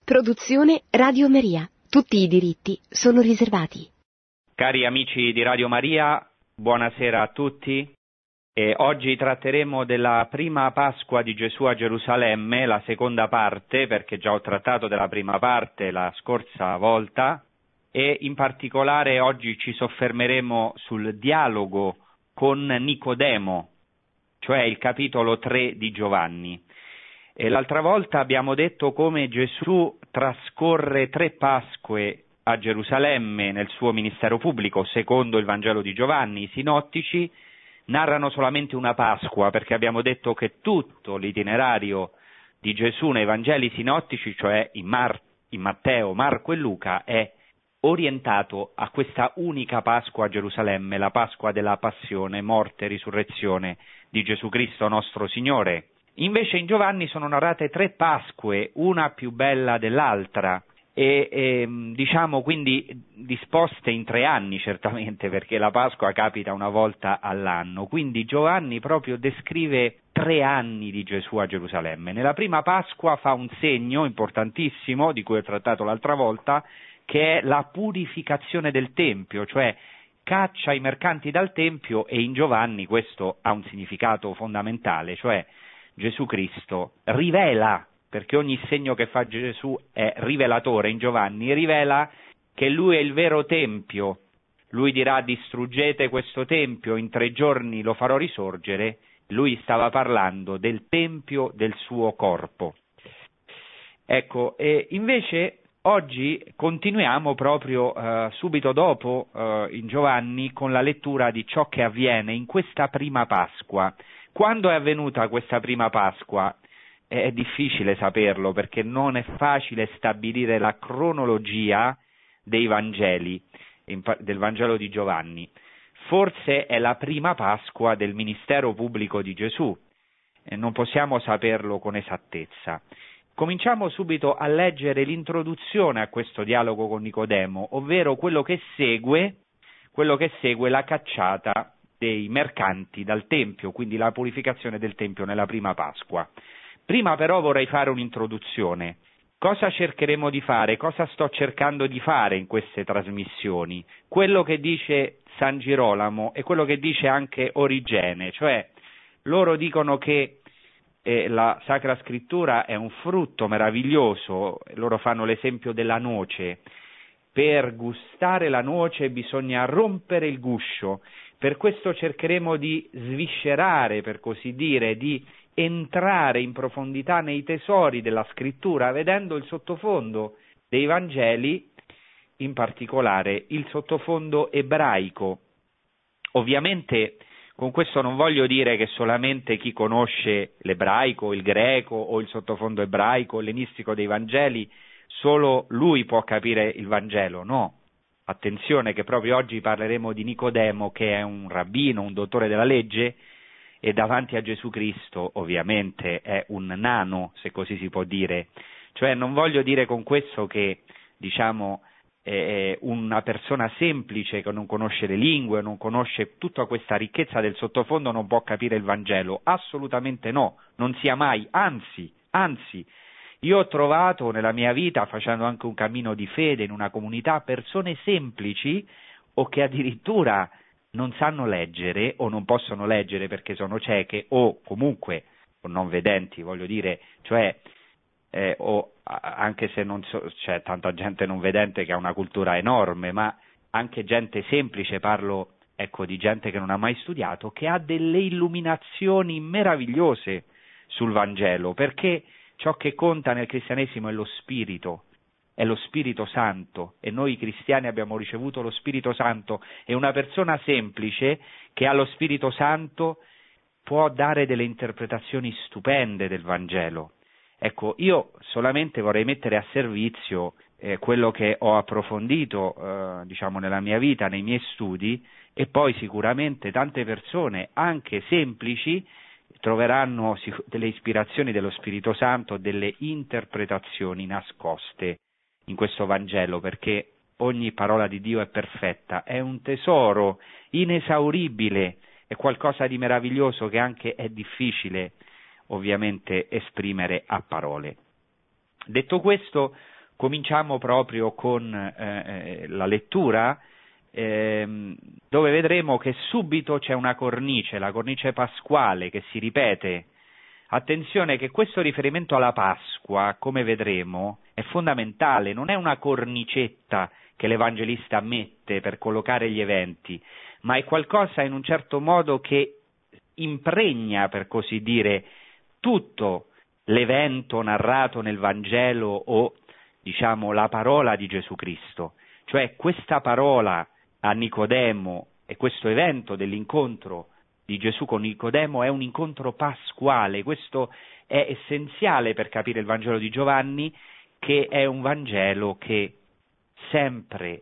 Produzione Radio Maria. Tutti i diritti sono riservati. Cari amici di Radio Maria, buonasera a tutti. Oggi tratteremo della prima Pasqua di Gesù a Gerusalemme, la seconda parte, perché già ho trattato della prima parte la scorsa volta, e in particolare oggi ci soffermeremo sul dialogo con Nicodemo, cioè il capitolo 3 di Giovanni. E l'altra volta abbiamo detto come Gesù trascorre 3 Pasque a Gerusalemme nel suo ministero pubblico, secondo il Vangelo di Giovanni. I sinottici narrano solamente una Pasqua, perché abbiamo detto che tutto l'itinerario di Gesù nei Vangeli sinottici, cioè in Matteo, Marco e Luca, è orientato a questa unica Pasqua a Gerusalemme, la Pasqua della passione, morte e risurrezione di Gesù Cristo nostro Signore. Invece in Giovanni sono narrate 3 Pasque, una più bella dell'altra, e diciamo quindi disposte in 3 anni certamente, perché la Pasqua capita una volta all'anno. Quindi Giovanni proprio descrive 3 anni di Gesù a Gerusalemme. Nella prima Pasqua fa un segno importantissimo, di cui ho trattato l'altra volta, che è la purificazione del Tempio, cioè caccia i mercanti dal Tempio, e in Giovanni questo ha un significato fondamentale, cioè Gesù Cristo rivela, perché ogni segno che fa Gesù è rivelatore, in Giovanni rivela che Lui è il vero Tempio. Lui dirà: distruggete questo Tempio, in 3 giorni lo farò risorgere. Lui stava parlando del Tempio del suo corpo. Ecco, e invece oggi continuiamo proprio subito dopo in Giovanni con la lettura di ciò che avviene in questa prima Pasqua. Quando è avvenuta questa prima Pasqua? È difficile saperlo, perché non è facile stabilire la cronologia dei Vangeli, del Vangelo di Giovanni. Forse è la prima Pasqua del ministero pubblico di Gesù, non possiamo saperlo con esattezza. Cominciamo subito a leggere l'introduzione a questo dialogo con Nicodemo, ovvero quello che segue la cacciata dei mercanti dal Tempio, quindi la purificazione del Tempio nella prima Pasqua. Prima però vorrei fare un'introduzione. Cosa cercheremo di fare? Cosa sto cercando di fare in queste trasmissioni? Quello che dice San Girolamo e quello che dice anche Origene, cioè loro dicono che la Sacra Scrittura è un frutto meraviglioso, loro fanno l'esempio della noce. Per gustare la noce bisogna rompere il guscio. Per questo cercheremo di sviscerare, per così dire, di entrare in profondità nei tesori della Scrittura, vedendo il sottofondo dei Vangeli, in particolare il sottofondo ebraico. Ovviamente con questo non voglio dire che solamente chi conosce l'ebraico, il greco o il sottofondo ebraico, ellenistico dei Vangeli, solo lui può capire il Vangelo, no. Attenzione che proprio oggi parleremo di Nicodemo, che è un rabbino, un dottore della legge, e davanti a Gesù Cristo ovviamente è un nano, se così si può dire. Cioè non voglio dire con questo che, diciamo, una persona semplice che non conosce le lingue, non conosce tutta questa ricchezza del sottofondo, non può capire il Vangelo. Assolutamente no, non sia mai, anzi, io ho trovato nella mia vita, facendo anche un cammino di fede in una comunità, persone semplici o che addirittura non sanno leggere o non possono leggere perché sono cieche o comunque o non vedenti, voglio dire, cioè o anche se non c'è tanta gente non vedente che ha una cultura enorme, ma anche gente semplice, parlo di gente che non ha mai studiato, che ha delle illuminazioni meravigliose sul Vangelo, perché ciò che conta nel cristianesimo è lo Spirito Santo, e noi cristiani abbiamo ricevuto lo Spirito Santo, e una persona semplice che ha lo Spirito Santo può dare delle interpretazioni stupende del Vangelo. Ecco, io solamente vorrei mettere a servizio quello che ho approfondito nella mia vita, nei miei studi, e poi sicuramente tante persone, anche semplici, troveranno delle ispirazioni dello Spirito Santo, delle interpretazioni nascoste in questo Vangelo, perché ogni parola di Dio è perfetta, è un tesoro inesauribile, è qualcosa di meraviglioso che anche è difficile ovviamente esprimere a parole. Detto questo, cominciamo proprio con la lettura, dove vedremo che subito c'è una cornice, la cornice pasquale che si ripete. Attenzione che questo riferimento alla Pasqua, come vedremo, è fondamentale, non è una cornicetta che l'Evangelista mette per collocare gli eventi, ma è qualcosa in un certo modo che impregna, per così dire, tutto l'evento narrato nel Vangelo o, diciamo, la parola di Gesù Cristo. Cioè questa parola a Nicodemo e questo evento dell'incontro di Gesù con Nicodemo è un incontro pasquale. Questo è essenziale per capire il Vangelo di Giovanni, che è un Vangelo che sempre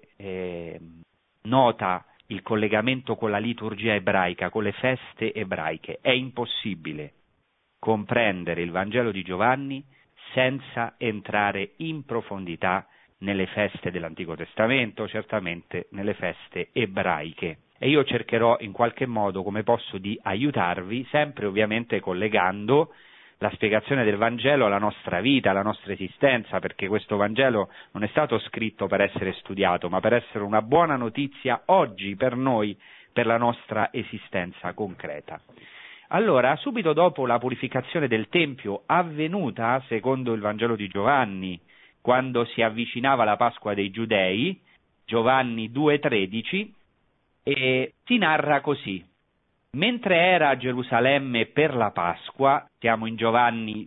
nota il collegamento con la liturgia ebraica, con le feste ebraiche. È impossibile comprendere il Vangelo di Giovanni senza entrare in profondità nelle feste dell'Antico Testamento, certamente nelle feste ebraiche. E io cercherò in qualche modo, come posso, di aiutarvi, sempre ovviamente collegando la spiegazione del Vangelo alla nostra vita, alla nostra esistenza, perché questo Vangelo non è stato scritto per essere studiato, ma per essere una buona notizia oggi per noi, per la nostra esistenza concreta. Allora, subito dopo la purificazione del Tempio, avvenuta, secondo il Vangelo di Giovanni, quando si avvicinava la Pasqua dei Giudei, Giovanni 2,13, si narra così: mentre era a Gerusalemme per la Pasqua, siamo in Giovanni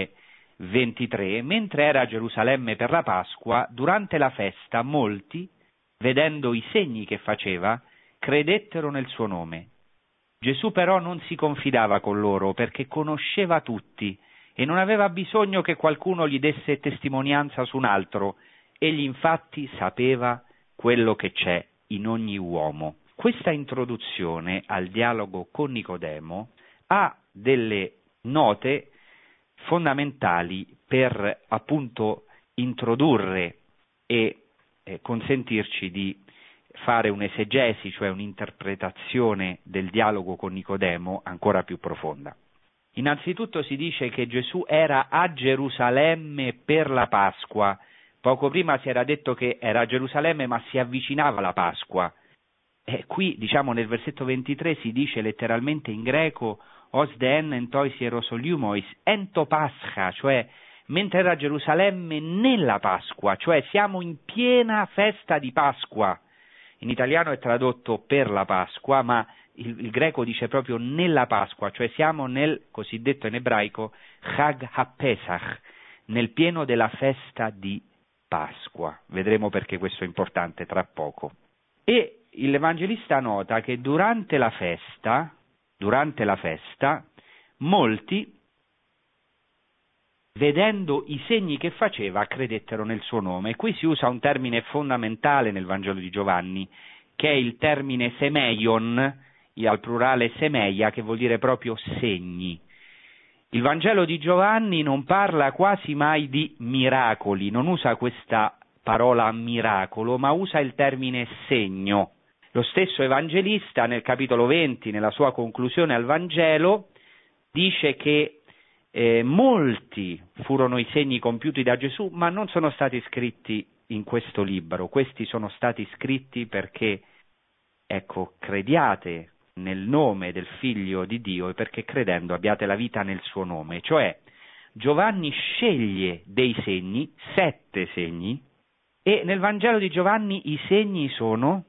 2,23, mentre era a Gerusalemme per la Pasqua, durante la festa, molti, vedendo i segni che faceva, credettero nel suo nome. Gesù però non si confidava con loro perché conosceva tutti e non aveva bisogno che qualcuno gli desse testimonianza su un altro. Egli infatti sapeva quello che c'è in ogni uomo. Questa introduzione al dialogo con Nicodemo ha delle note fondamentali per appunto introdurre e consentirci di fare un'esegesi, cioè un'interpretazione del dialogo con Nicodemo ancora più profonda. Innanzitutto si dice che Gesù era a Gerusalemme per la Pasqua. Poco prima si era detto che era a Gerusalemme ma si avvicinava la Pasqua. E qui, diciamo, nel versetto 23 si dice letteralmente in greco «os de entois hierosoliumois ento Pascha», cioè mentre era a Gerusalemme nella Pasqua, cioè siamo in piena festa di Pasqua. In italiano è tradotto per la Pasqua, ma il greco dice proprio nella Pasqua, cioè siamo nel cosiddetto in ebraico Chag HaPesach, nel pieno della festa di Pasqua. Vedremo perché questo è importante tra poco. E l'Evangelista nota che durante la festa, molti, vedendo i segni che faceva, credettero nel suo nome. E qui si usa un termine fondamentale nel Vangelo di Giovanni, che è il termine semeion, al plurale semeia, che vuol dire proprio segni. Il Vangelo di Giovanni non parla quasi mai di miracoli, non usa questa parola miracolo, ma usa il termine segno. Lo stesso Evangelista nel capitolo 20, nella sua conclusione al Vangelo, dice che molti furono i segni compiuti da Gesù, ma non sono stati scritti in questo libro. Questi sono stati scritti perché, crediate nel nome del Figlio di Dio e perché credendo abbiate la vita nel suo nome. Cioè, Giovanni sceglie dei segni, 7 segni, e nel Vangelo di Giovanni i segni sono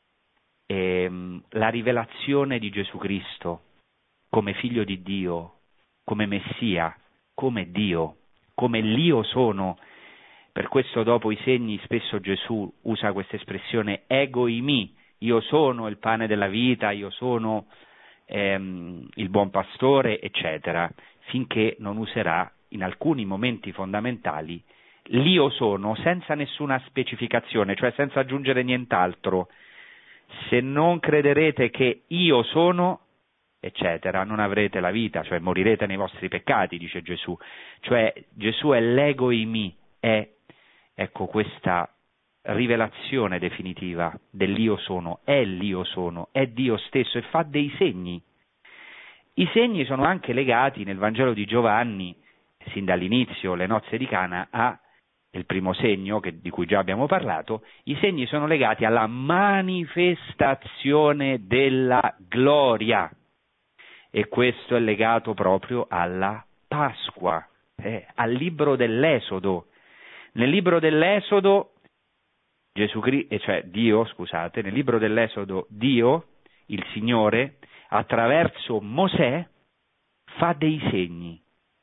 la rivelazione di Gesù Cristo come Figlio di Dio, come Messia, come Dio, come l'Io sono. Per questo dopo i segni spesso Gesù usa questa espressione ego eimi, io sono il pane della vita, io sono il buon pastore, eccetera, finché non userà in alcuni momenti fondamentali l'io sono senza nessuna specificazione, cioè senza aggiungere nient'altro. Se non crederete che io sono, eccetera, non avrete la vita, cioè morirete nei vostri peccati, dice Gesù. Cioè Gesù è l'ego eimi, è questa rivelazione definitiva dell'io sono, è l'io sono, è Dio stesso e fa dei segni. I segni sono anche legati nel Vangelo di Giovanni, sin dall'inizio, le nozze di Cana, a il primo segno di cui già abbiamo parlato, i segni sono legati alla manifestazione della gloria, e questo è legato proprio alla Pasqua, al libro dell'Esodo. Nel libro dell'Esodo nel libro dell'Esodo Dio, il Signore, attraverso Mosè, fa dei segni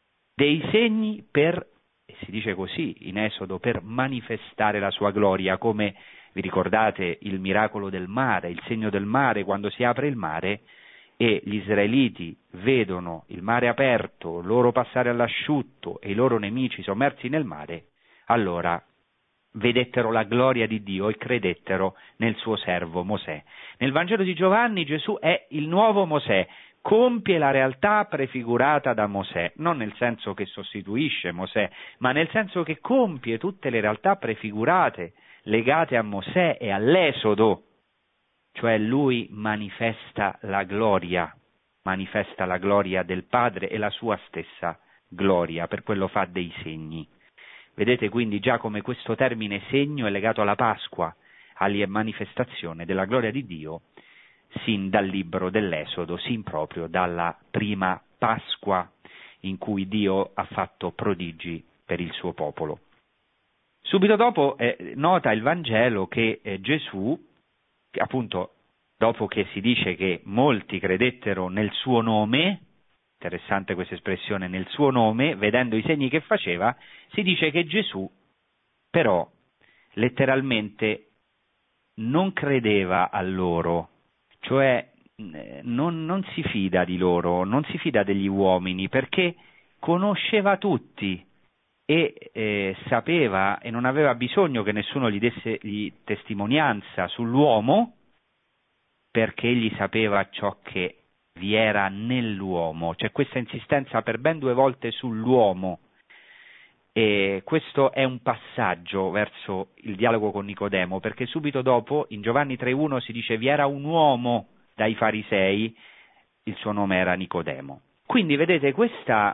per, si dice così in Esodo, per manifestare la sua gloria, come vi ricordate il miracolo del mare, il segno del mare, quando si apre il mare e gli israeliti vedono il mare aperto, loro passare all'asciutto e i loro nemici sommersi nel mare, allora vedettero la gloria di Dio e credettero nel suo servo Mosè. Nel Vangelo di Giovanni Gesù è il nuovo Mosè, compie la realtà prefigurata da Mosè, non nel senso che sostituisce Mosè, ma nel senso che compie tutte le realtà prefigurate legate a Mosè e all'Esodo, cioè lui manifesta la gloria del Padre e la sua stessa gloria, per quello fa dei segni. Vedete quindi già come questo termine segno è legato alla Pasqua, alla manifestazione della gloria di Dio, sin dal libro dell'Esodo, sin proprio dalla prima Pasqua in cui Dio ha fatto prodigi per il suo popolo. Subito dopo nota il Vangelo che Gesù, appunto dopo che si dice che molti credettero nel suo nome, interessante questa espressione, nel suo nome, vedendo i segni che faceva, si dice che Gesù però letteralmente non credeva a loro, cioè non si fida di loro, non si fida degli uomini, perché conosceva tutti e sapeva e non aveva bisogno che nessuno gli desse testimonianza sull'uomo, perché egli sapeva ciò che vi era nell'uomo. C'è questa insistenza per ben 2 volte sull'uomo, e questo è un passaggio verso il dialogo con Nicodemo, perché subito dopo in Giovanni 3,1 si dice vi era un uomo dai farisei, il suo nome era Nicodemo. Quindi vedete questa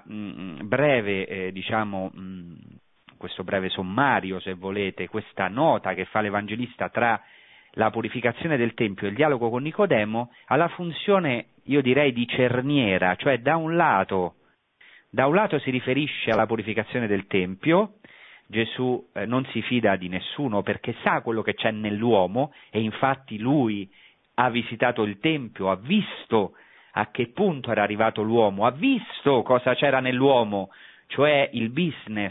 questo breve sommario, se volete, questa nota che fa l'Evangelista tra la purificazione del Tempio e il dialogo con Nicodemo, ha la funzione, io direi, di cerniera, cioè da un lato si riferisce alla purificazione del Tempio. Gesù non si fida di nessuno perché sa quello che c'è nell'uomo, e infatti lui ha visitato il Tempio, ha visto a che punto era arrivato l'uomo, ha visto cosa c'era nell'uomo, cioè il business,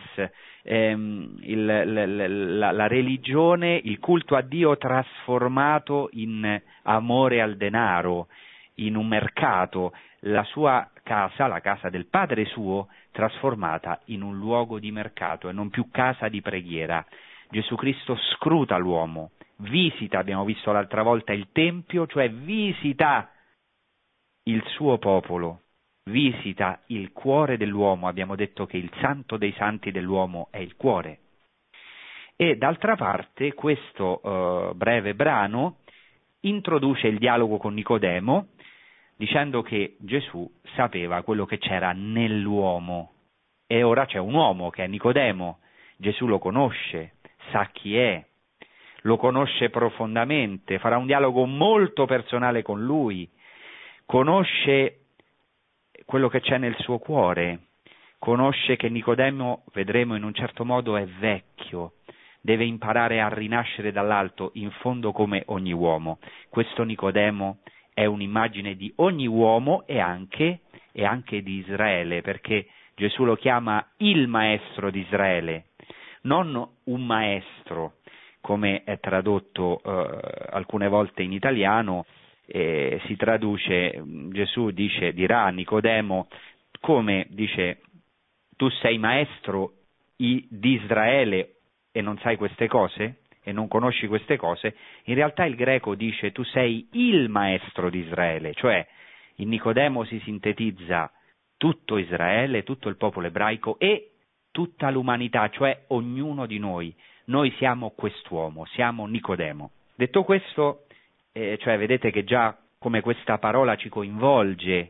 la religione, il culto a Dio trasformato in amore al denaro, in un mercato, la sua casa, la casa del Padre suo, trasformata in un luogo di mercato e non più casa di preghiera. Gesù Cristo scruta l'uomo, visita, abbiamo visto l'altra volta, il Tempio, cioè visita il suo popolo, visita il cuore dell'uomo, abbiamo detto che il santo dei santi dell'uomo è il cuore. E d'altra parte questo breve brano introduce il dialogo con Nicodemo, dicendo che Gesù sapeva quello che c'era nell'uomo, e ora c'è un uomo che è Nicodemo, Gesù lo conosce, sa chi è, lo conosce profondamente, farà un dialogo molto personale con lui, conosce quello che c'è nel suo cuore, conosce che Nicodemo, vedremo in un certo modo, è vecchio, deve imparare a rinascere dall'alto, in fondo come ogni uomo. Questo Nicodemo è un'immagine di ogni uomo e anche di Israele, perché Gesù lo chiama il maestro di Israele, non un maestro, come è tradotto alcune volte in italiano. Si traduce, Gesù dirà a Nicodemo, come dice, tu sei maestro di Israele e non sai queste cose e non conosci queste cose. In realtà il greco dice tu sei il maestro di Israele, cioè in Nicodemo si sintetizza tutto Israele, tutto il popolo ebraico e tutta l'umanità, cioè ognuno di noi. Noi siamo quest'uomo, siamo Nicodemo. Detto questo, cioè vedete che già come questa parola ci coinvolge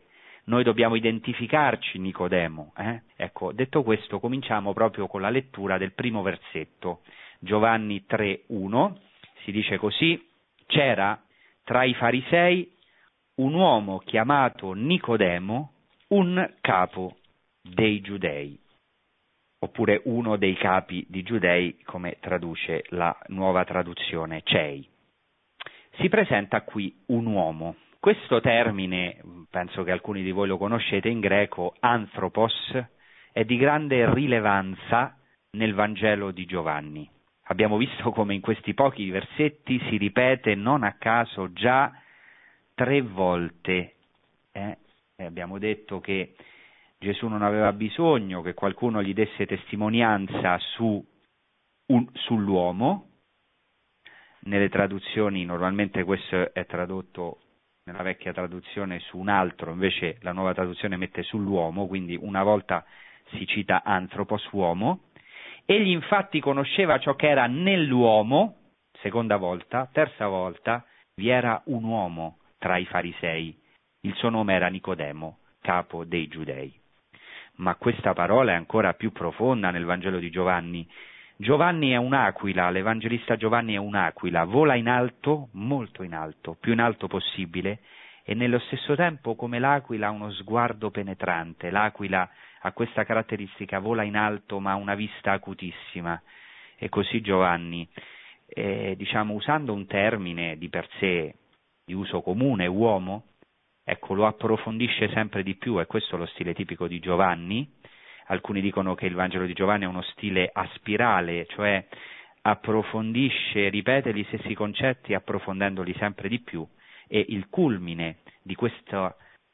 noi dobbiamo identificarci Nicodemo. Ecco, detto questo, cominciamo proprio con la lettura del primo versetto. Giovanni 3,1, si dice così: c'era tra i farisei un uomo chiamato Nicodemo, un capo dei giudei, oppure uno dei capi di giudei, come traduce la nuova traduzione CEI. Si presenta qui un uomo. Questo termine, penso che alcuni di voi lo conoscete in greco, anthropos, è di grande rilevanza nel Vangelo di Giovanni. Abbiamo visto come in questi pochi versetti si ripete non a caso già 3 volte. Abbiamo detto che Gesù non aveva bisogno che qualcuno gli desse testimonianza sull'uomo. Nelle traduzioni normalmente questo è tradotto nella vecchia traduzione su un altro, invece la nuova traduzione mette sull'uomo, quindi una volta si cita anthropos, uomo. Egli infatti conosceva ciò che era nell'uomo, seconda volta. Terza volta, vi era un uomo tra i farisei, il suo nome era Nicodemo, capo dei giudei. Ma questa parola è ancora più profonda nel Vangelo di Giovanni. Giovanni è un'aquila, l'Evangelista Giovanni è un'aquila, vola in alto, molto in alto, più in alto possibile, e nello stesso tempo come l'aquila ha uno sguardo penetrante. L'aquila ha questa caratteristica, vola in alto ma ha una vista acutissima. E così Giovanni, usando un termine di per sé di uso comune, uomo, ecco, lo approfondisce sempre di più, e questo è lo stile tipico di Giovanni. Alcuni dicono che il Vangelo di Giovanni è uno stile a spirale, cioè approfondisce, ripete gli stessi concetti approfondendoli sempre di più, e il culmine di questo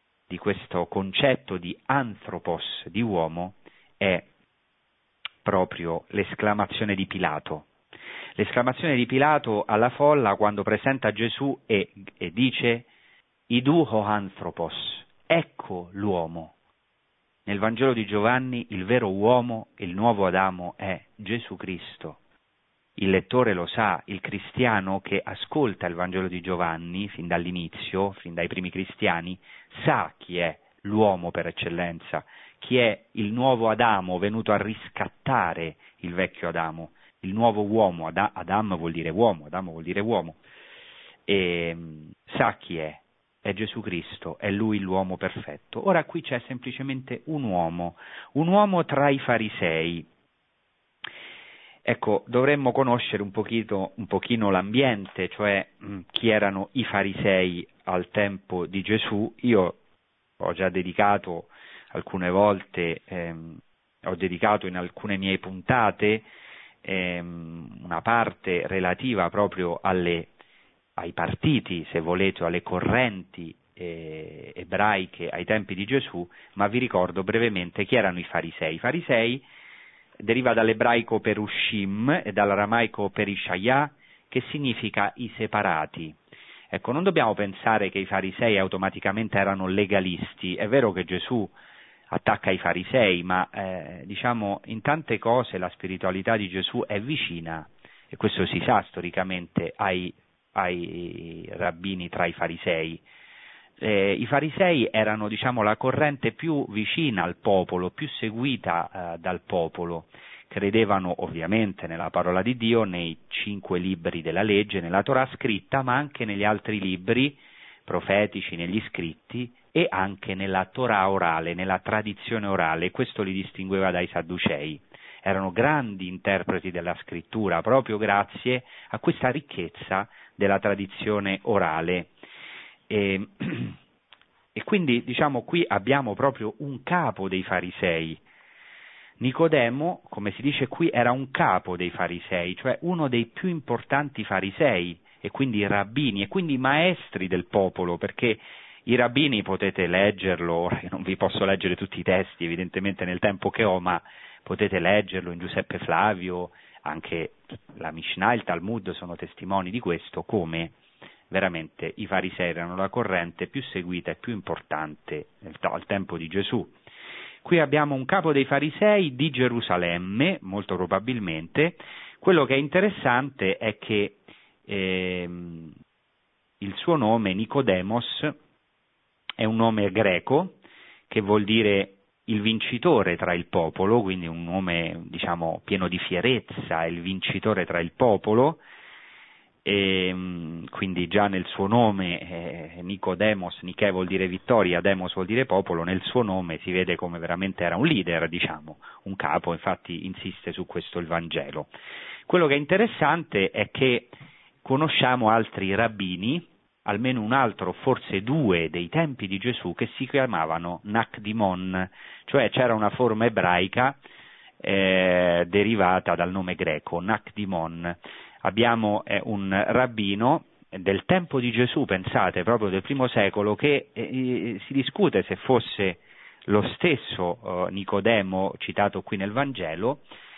concetto di anthropos, di uomo, è proprio l'esclamazione di Pilato. L'esclamazione di Pilato alla folla quando presenta Gesù e dice «Iduho anthropos», ecco l'uomo. Nel Vangelo di Giovanni il vero uomo, il nuovo Adamo, è Gesù Cristo. Il lettore lo sa, il cristiano che ascolta il Vangelo di Giovanni fin dall'inizio, fin dai primi cristiani, sa chi è l'uomo per eccellenza, chi è il nuovo Adamo venuto a riscattare il vecchio Adamo, il nuovo uomo. Adam vuol dire uomo, Adamo vuol dire uomo, e sa chi è Gesù Cristo, è Lui l'uomo perfetto. Ora qui c'è semplicemente un uomo tra i farisei. Ecco, dovremmo conoscere un pochino l'ambiente, cioè chi erano i farisei al tempo di Gesù. Io ho già dedicato alcune volte, ho dedicato in alcune mie puntate una parte relativa proprio ai partiti, se volete, alle correnti ebraiche ai tempi di Gesù, ma vi ricordo brevemente chi erano i farisei. I farisei deriva dall'ebraico perushim e dall'aramaico perishaya, che significa i separati. Ecco, non dobbiamo pensare che i farisei automaticamente erano legalisti. È vero che Gesù attacca i farisei, ma in tante cose la spiritualità di Gesù è vicina, e questo si sa storicamente, ai rabbini tra i farisei. I farisei erano, la corrente più vicina al popolo, più seguita dal popolo. Credevano ovviamente nella parola di Dio, nei 5 libri della legge, nella Torah scritta, ma anche negli altri libri profetici, negli scritti, e anche nella Torah orale, nella tradizione orale. Questo li distingueva dai Sadducei. Erano grandi interpreti della scrittura proprio grazie a questa ricchezza della tradizione orale. E quindi qui abbiamo proprio un capo dei farisei. Nicodemo, come si dice qui, era un capo dei farisei, cioè uno dei più importanti farisei, e quindi rabbini, e quindi maestri del popolo, perché i rabbini potete leggerlo, ora io non vi posso leggere tutti i testi evidentemente nel tempo che ho, ma potete leggerlo in Giuseppe Flavio, anche la Mishnah e il Talmud sono testimoni di questo, come veramente i farisei erano la corrente più seguita e più importante al tempo di Gesù. Qui abbiamo un capo dei farisei di Gerusalemme, molto probabilmente. Quello che è interessante è che il suo nome, Nicodemos, è un nome greco che vuol dire il vincitore tra il popolo, quindi un nome diciamo pieno di fierezza, il vincitore tra il popolo, e quindi già nel suo nome Nicodemos, Niche vuol dire vittoria, Demos vuol dire popolo, nel suo nome si vede come veramente era un leader, diciamo, un capo, infatti insiste su questo il Vangelo. Quello che è interessante è che conosciamo altri rabbini, almeno un altro, forse due dei tempi di Gesù, che si chiamavano Nakdimon, cioè c'era una forma ebraica derivata dal nome greco, Nakdimon. Abbiamo un rabbino del tempo di Gesù, pensate, proprio del primo secolo, che si discute se fosse lo stesso Nicodemo citato qui nel Vangelo,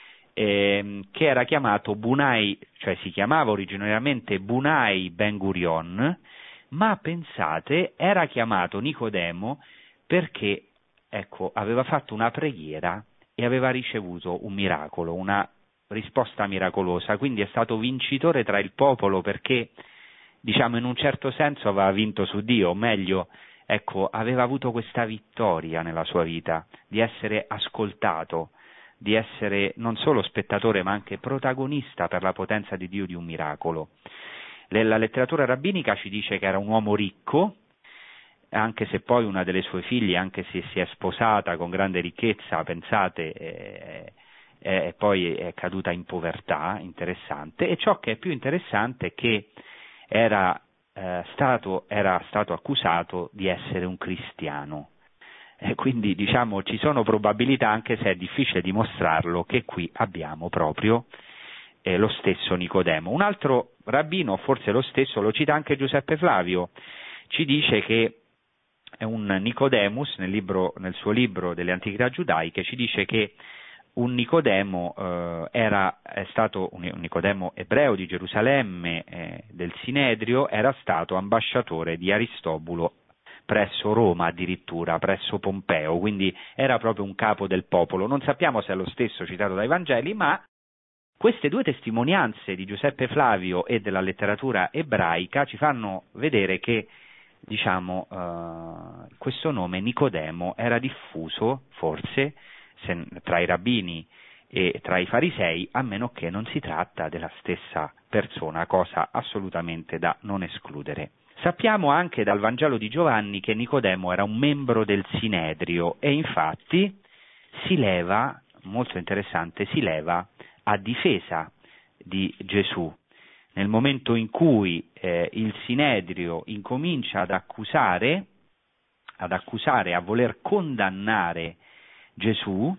che era chiamato Bunai, cioè si chiamava originariamente Bunai Ben Gurion, ma pensate, era chiamato Nicodemo perché, ecco, aveva fatto una preghiera e aveva ricevuto un miracolo, una risposta miracolosa, quindi è stato vincitore tra il popolo perché, diciamo, in un certo senso aveva vinto su Dio, o meglio, ecco, aveva avuto questa vittoria nella sua vita, di essere ascoltato, di essere non solo spettatore ma anche protagonista per la potenza di Dio di un miracolo. La letteratura rabbinica ci dice che era un uomo ricco, anche se poi una delle sue figlie, anche se si è sposata con grande ricchezza, pensate, poi è caduta in povertà, interessante, e ciò che è più interessante è che era stato accusato di essere un cristiano. Quindi diciamo ci sono probabilità, anche se è difficile dimostrarlo, che qui abbiamo proprio lo stesso Nicodemo. Un altro rabbino, forse lo stesso, lo cita anche Giuseppe Flavio, ci dice che è un Nicodemus, nel suo libro delle Antichità Giudaiche, ci dice che un Nicodemo è stato un Nicodemo ebreo di Gerusalemme, del Sinedrio, era stato ambasciatore di Aristobulo presso Roma, addirittura presso Pompeo, quindi era proprio un capo del popolo. Non sappiamo se è lo stesso citato dai Vangeli, ma queste due testimonianze di Giuseppe Flavio e della letteratura ebraica ci fanno vedere che, diciamo, questo nome Nicodemo era diffuso, forse, tra i rabbini e tra i farisei, a meno che non si tratta della stessa persona, cosa assolutamente da non escludere. Sappiamo anche dal Vangelo di Giovanni che Nicodemo era un membro del Sinedrio e infatti si leva, molto interessante, si leva a difesa di Gesù. Nel momento in cui il Sinedrio incomincia ad accusare, a voler condannare Gesù,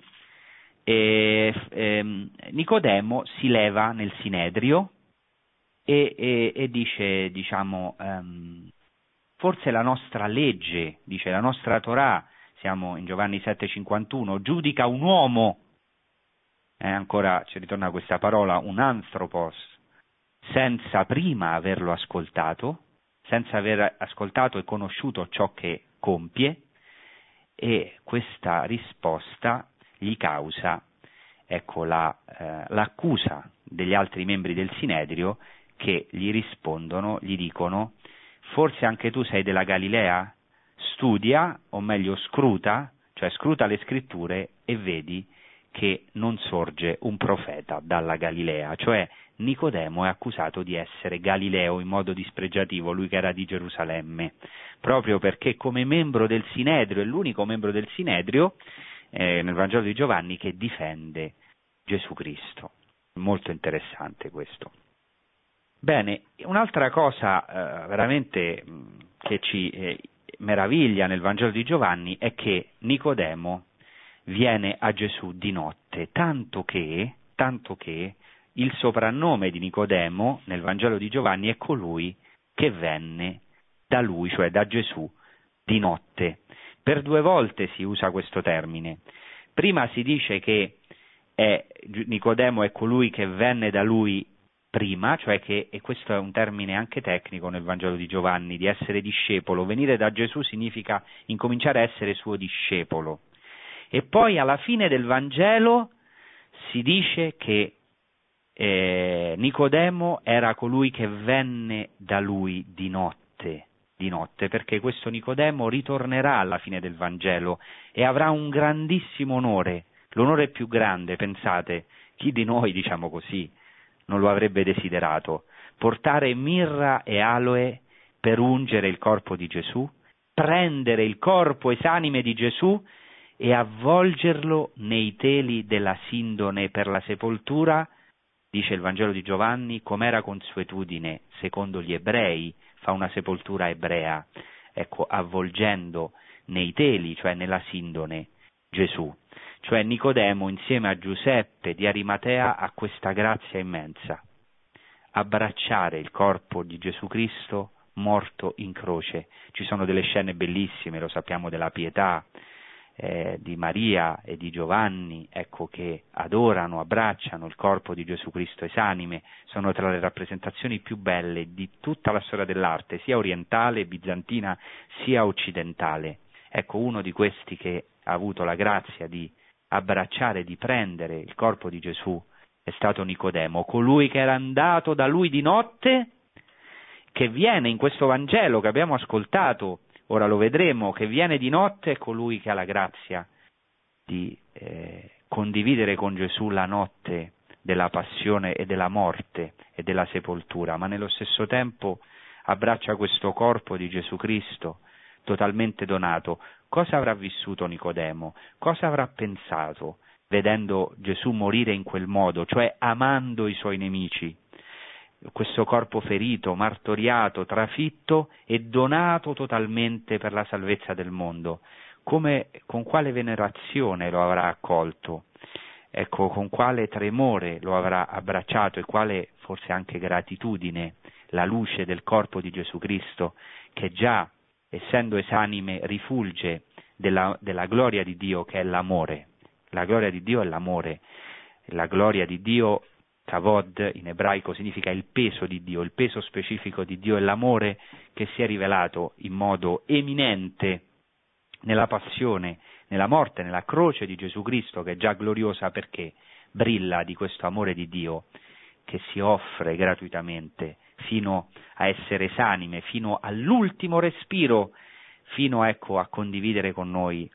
Nicodemo si leva nel Sinedrio e dice, diciamo, forse la nostra legge, dice la nostra Torah, siamo in Giovanni 7,51, giudica un uomo, ancora ci ritorna questa parola, un anthropos, senza prima averlo ascoltato, senza aver ascoltato e conosciuto ciò che compie, e questa risposta gli causa, ecco, l'accusa degli altri membri del Sinedrio, che gli rispondono, gli dicono: forse anche tu sei della Galilea? Studia, o meglio scruta, cioè scruta le scritture e vedi che non sorge un profeta dalla Galilea. Cioè Nicodemo è accusato di essere Galileo in modo dispregiativo, lui che era di Gerusalemme, proprio perché come membro del Sinedrio, è l'unico membro del Sinedrio nel Vangelo di Giovanni che difende Gesù Cristo. Molto interessante questo. Bene, un'altra cosa veramente che ci meraviglia nel Vangelo di Giovanni è che Nicodemo viene a Gesù di notte, tanto che il soprannome di Nicodemo nel Vangelo di Giovanni è colui che venne da lui, cioè da Gesù, di notte. Per 2 volte si usa questo termine. Prima si dice che Nicodemo è colui che venne da lui prima, cioè che, e questo è un termine anche tecnico nel Vangelo di Giovanni, di essere discepolo. Venire da Gesù significa incominciare a essere suo discepolo. E poi alla fine del Vangelo si dice che Nicodemo era colui che venne da lui di notte. di notte, perché questo Nicodemo ritornerà alla fine del Vangelo e avrà un grandissimo onore, l'onore più grande, pensate, chi di noi, diciamo così, non lo avrebbe desiderato, portare mirra e aloe per ungere il corpo di Gesù, prendere il corpo esanime di Gesù e avvolgerlo nei teli della sindone per la sepoltura, dice il Vangelo di Giovanni, come era consuetudine secondo gli ebrei, fa una sepoltura ebrea, ecco, avvolgendo nei teli, cioè nella sindone, Gesù. Cioè Nicodemo insieme a Giuseppe di Arimatea ha questa grazia immensa, abbracciare il corpo di Gesù Cristo morto in croce. Ci sono delle scene bellissime, lo sappiamo, della pietà di Maria e di Giovanni, ecco, che adorano, abbracciano il corpo di Gesù Cristo esanime, sono tra le rappresentazioni più belle di tutta la storia dell'arte, sia orientale, bizantina, sia occidentale. Ecco, uno di questi che ha avuto la grazia di abbracciare, di prendere il corpo di Gesù è stato Nicodemo, colui che era andato da lui di notte, che viene in questo Vangelo che abbiamo ascoltato, ora lo vedremo, che viene di notte, è colui che ha la grazia di condividere con Gesù la notte della passione e della morte e della sepoltura, ma nello stesso tempo abbraccia questo corpo di Gesù Cristo totalmente donato. Cosa avrà vissuto Nicodemo? Cosa avrà pensato vedendo Gesù morire in quel modo, cioè amando i suoi nemici? Questo corpo ferito, martoriato, trafitto e donato totalmente per la salvezza del mondo. Con quale venerazione lo avrà accolto? Ecco, con quale tremore lo avrà abbracciato e quale forse anche gratitudine, la luce del corpo di Gesù Cristo, che già, essendo esanime, rifulge della gloria di Dio, che è l'amore. La gloria di Dio è l'amore. La gloria di Dio, kavod in ebraico, significa il peso di Dio, il peso specifico di Dio è l'amore che si è rivelato in modo eminente nella passione, nella morte, nella croce di Gesù Cristo, che è già gloriosa perché brilla di questo amore di Dio che si offre gratuitamente fino a essere esanime, fino all'ultimo respiro, fino a condividere con noi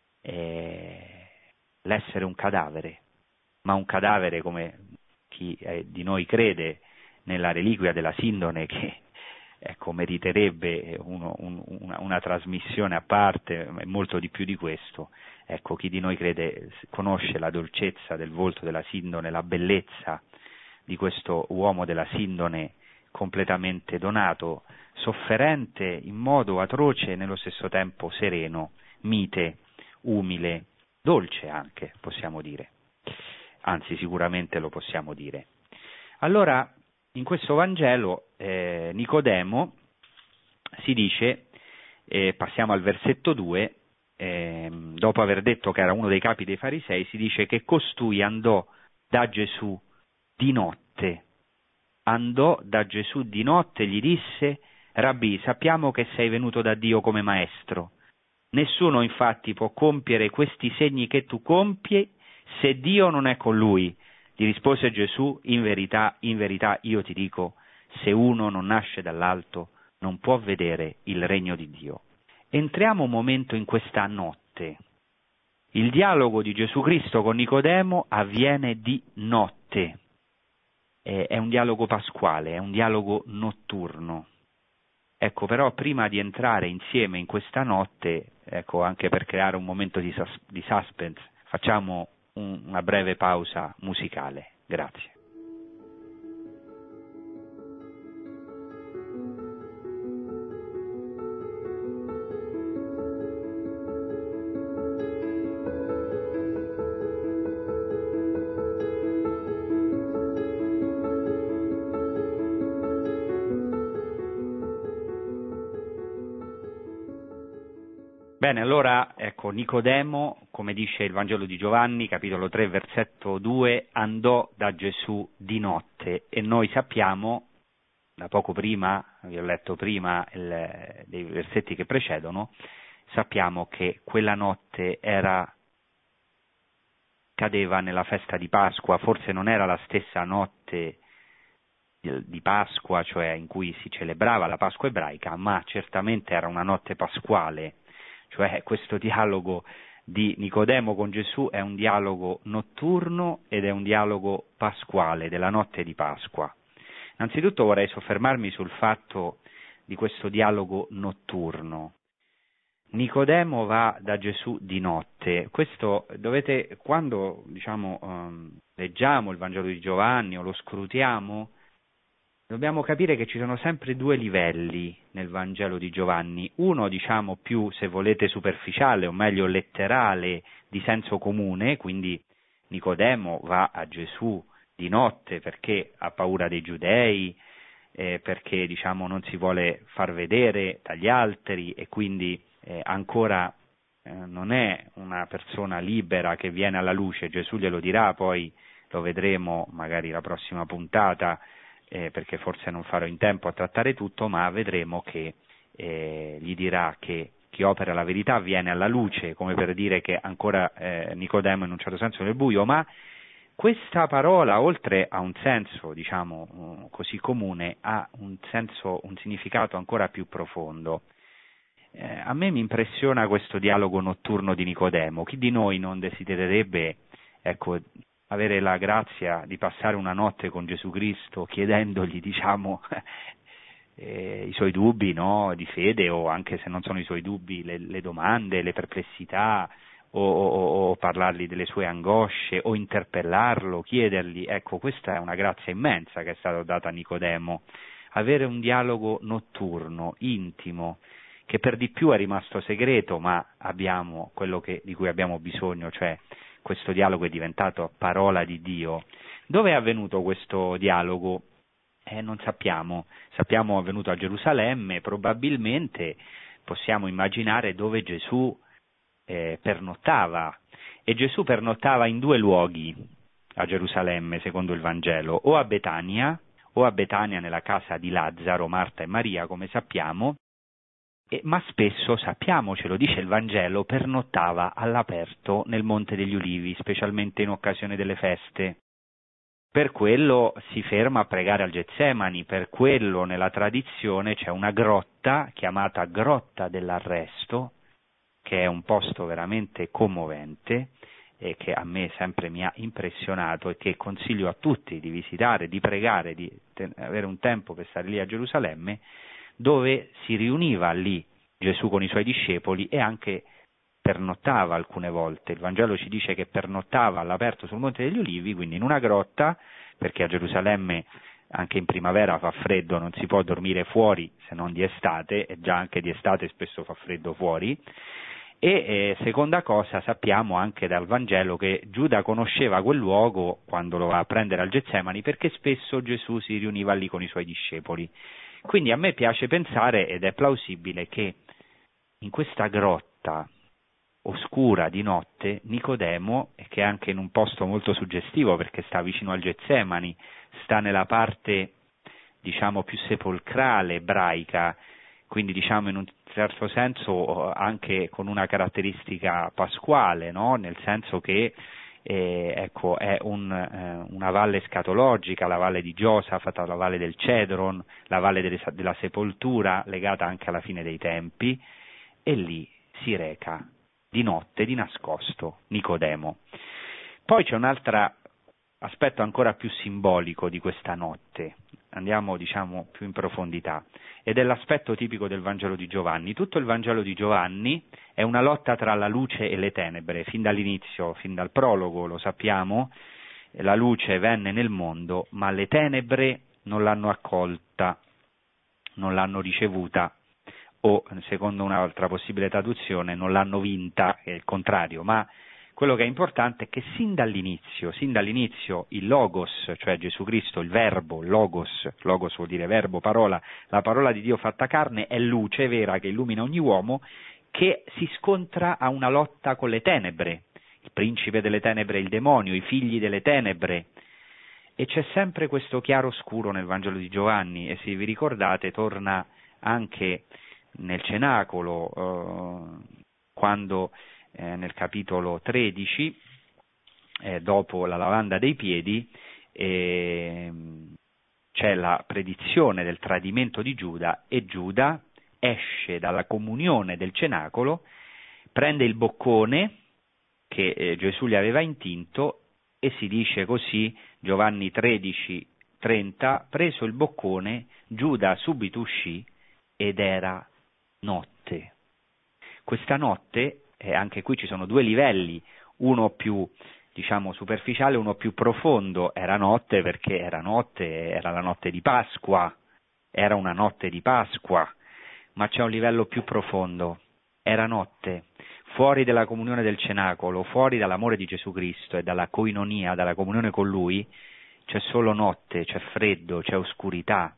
l'essere un cadavere, ma un cadavere come chi di noi crede nella reliquia della sindone, che meriterebbe una trasmissione a parte, molto di più di questo. Ecco, chi di noi crede conosce la dolcezza del volto della sindone, la bellezza di questo uomo della sindone completamente donato, sofferente in modo atroce e nello stesso tempo sereno, mite, umile, dolce anche, possiamo dire. Anzi, sicuramente lo possiamo dire. Allora, in questo Vangelo, Nicodemo, si dice, passiamo al versetto 2, dopo aver detto che era uno dei capi dei farisei, si dice che costui andò da Gesù di notte. Andò da Gesù di notte e gli disse: Rabbì, sappiamo che sei venuto da Dio come maestro. Nessuno infatti può compiere questi segni che tu compie se Dio non è con lui. Gli rispose Gesù: in verità, io ti dico, se uno non nasce dall'alto non può vedere il regno di Dio. Entriamo un momento in questa notte. Il dialogo di Gesù Cristo con Nicodemo avviene di notte. È un dialogo pasquale, è un dialogo notturno. Ecco, però prima di entrare insieme in questa notte, anche per creare un momento di suspense, facciamo una breve pausa musicale. Grazie. Bene, allora, Nicodemo, come dice il Vangelo di Giovanni, capitolo 3, versetto 2, andò da Gesù di notte, e noi sappiamo, da poco prima, vi ho letto prima dei versetti che precedono, sappiamo che quella notte cadeva nella festa di Pasqua, forse non era la stessa notte di Pasqua, cioè in cui si celebrava la Pasqua ebraica, ma certamente era una notte pasquale, cioè questo dialogo di Nicodemo con Gesù è un dialogo notturno ed è un dialogo pasquale, della notte di Pasqua. Innanzitutto vorrei soffermarmi sul fatto di questo dialogo notturno. Nicodemo va da Gesù di notte. Questo quando leggiamo il Vangelo di Giovanni o lo scrutiamo, dobbiamo capire che ci sono sempre due livelli nel Vangelo di Giovanni, uno più, se volete, superficiale, o meglio letterale, di senso comune, quindi Nicodemo va a Gesù di notte perché ha paura dei giudei, perché non si vuole far vedere dagli altri e quindi ancora non è una persona libera che viene alla luce. Gesù glielo dirà, poi lo vedremo magari la prossima puntata, perché forse non farò in tempo a trattare tutto, ma vedremo che gli dirà che chi opera la verità viene alla luce, come per dire che ancora Nicodemo in un certo senso è nel buio, ma questa parola, oltre a un senso, così comune, ha un significato ancora più profondo. A me mi impressiona questo dialogo notturno di Nicodemo. Chi di noi non desidererebbe, avere la grazia di passare una notte con Gesù Cristo chiedendogli, i suoi dubbi, no, di fede, o anche se non sono i suoi dubbi, le domande, le perplessità, o parlargli delle sue angosce, o interpellarlo, chiedergli. Questa è una grazia immensa che è stata data a Nicodemo, avere un dialogo notturno, intimo, che per di più è rimasto segreto, ma abbiamo quello di cui abbiamo bisogno, cioè questo dialogo è diventato parola di Dio. Dove è avvenuto questo dialogo? Non sappiamo. Sappiamo è avvenuto a Gerusalemme, probabilmente possiamo immaginare dove Gesù pernottava. E Gesù pernottava in due luoghi a Gerusalemme, secondo il Vangelo, o a Betania nella casa di Lazzaro, Marta e Maria, come sappiamo, ma spesso, sappiamo, ce lo dice il Vangelo, pernottava all'aperto nel Monte degli Ulivi, specialmente in occasione delle feste. Per quello si ferma a pregare al Getsemani, per quello nella tradizione c'è una grotta chiamata Grotta dell'Arresto, che è un posto veramente commovente e che a me sempre mi ha impressionato e che consiglio a tutti di visitare, di pregare, di avere un tempo per stare lì a Gerusalemme, dove si riuniva lì Gesù con i suoi discepoli e anche pernottava alcune volte. Il Vangelo ci dice che pernottava all'aperto sul Monte degli Ulivi, quindi in una grotta, perché a Gerusalemme anche in primavera fa freddo, non si può dormire fuori se non di estate, e già anche di estate spesso fa freddo fuori. E seconda cosa, sappiamo anche dal Vangelo che Giuda conosceva quel luogo quando lo va a prendere al Getsemani, perché spesso Gesù si riuniva lì con i suoi discepoli. Quindi a me piace pensare, ed è plausibile, che in questa grotta oscura di notte Nicodemo, che è anche in un posto molto suggestivo perché sta vicino al Getsemani, sta nella parte più sepolcrale ebraica, quindi in un certo senso anche con una caratteristica pasquale, no? Nel senso che è una valle escatologica, la valle di Giosafat, la valle del Cedron, la valle della sepoltura, legata anche alla fine dei tempi, e lì si reca di notte, di nascosto, Nicodemo. Poi c'è un altro aspetto ancora più simbolico di questa notte, andiamo più in profondità, ed è l'aspetto tipico del Vangelo di Giovanni. Tutto il Vangelo di Giovanni è una lotta tra la luce e le tenebre, fin dall'inizio, fin dal prologo, lo sappiamo, la luce venne nel mondo, ma le tenebre non l'hanno accolta, non l'hanno ricevuta, o, secondo un'altra possibile traduzione, non l'hanno vinta, è il contrario, ma quello che è importante è che sin dall'inizio il Logos, cioè Gesù Cristo, il Verbo, Logos vuol dire verbo, parola, la parola di Dio fatta carne, è luce vera che illumina ogni uomo, che si scontra a una lotta con le tenebre, il principe delle tenebre, il demonio, i figli delle tenebre, e c'è sempre questo chiaro scuro nel Vangelo di Giovanni, e se vi ricordate torna anche nel cenacolo, quando nel capitolo 13, dopo la lavanda dei piedi, c'è la predizione del tradimento di Giuda e Giuda esce dalla comunione del cenacolo, prende il boccone che Gesù gli aveva intinto e si dice così, Giovanni 13:30, preso il boccone, Giuda subito uscì ed era notte. Questa notte, anche qui ci sono due livelli, uno più superficiale, uno più profondo. Era notte perché era notte, era la notte di Pasqua, era una notte di Pasqua, ma c'è un livello più profondo. Era notte, fuori dalla comunione del cenacolo, fuori dall'amore di Gesù Cristo e dalla coinonia, dalla comunione con Lui, c'è solo notte, c'è freddo, c'è oscurità.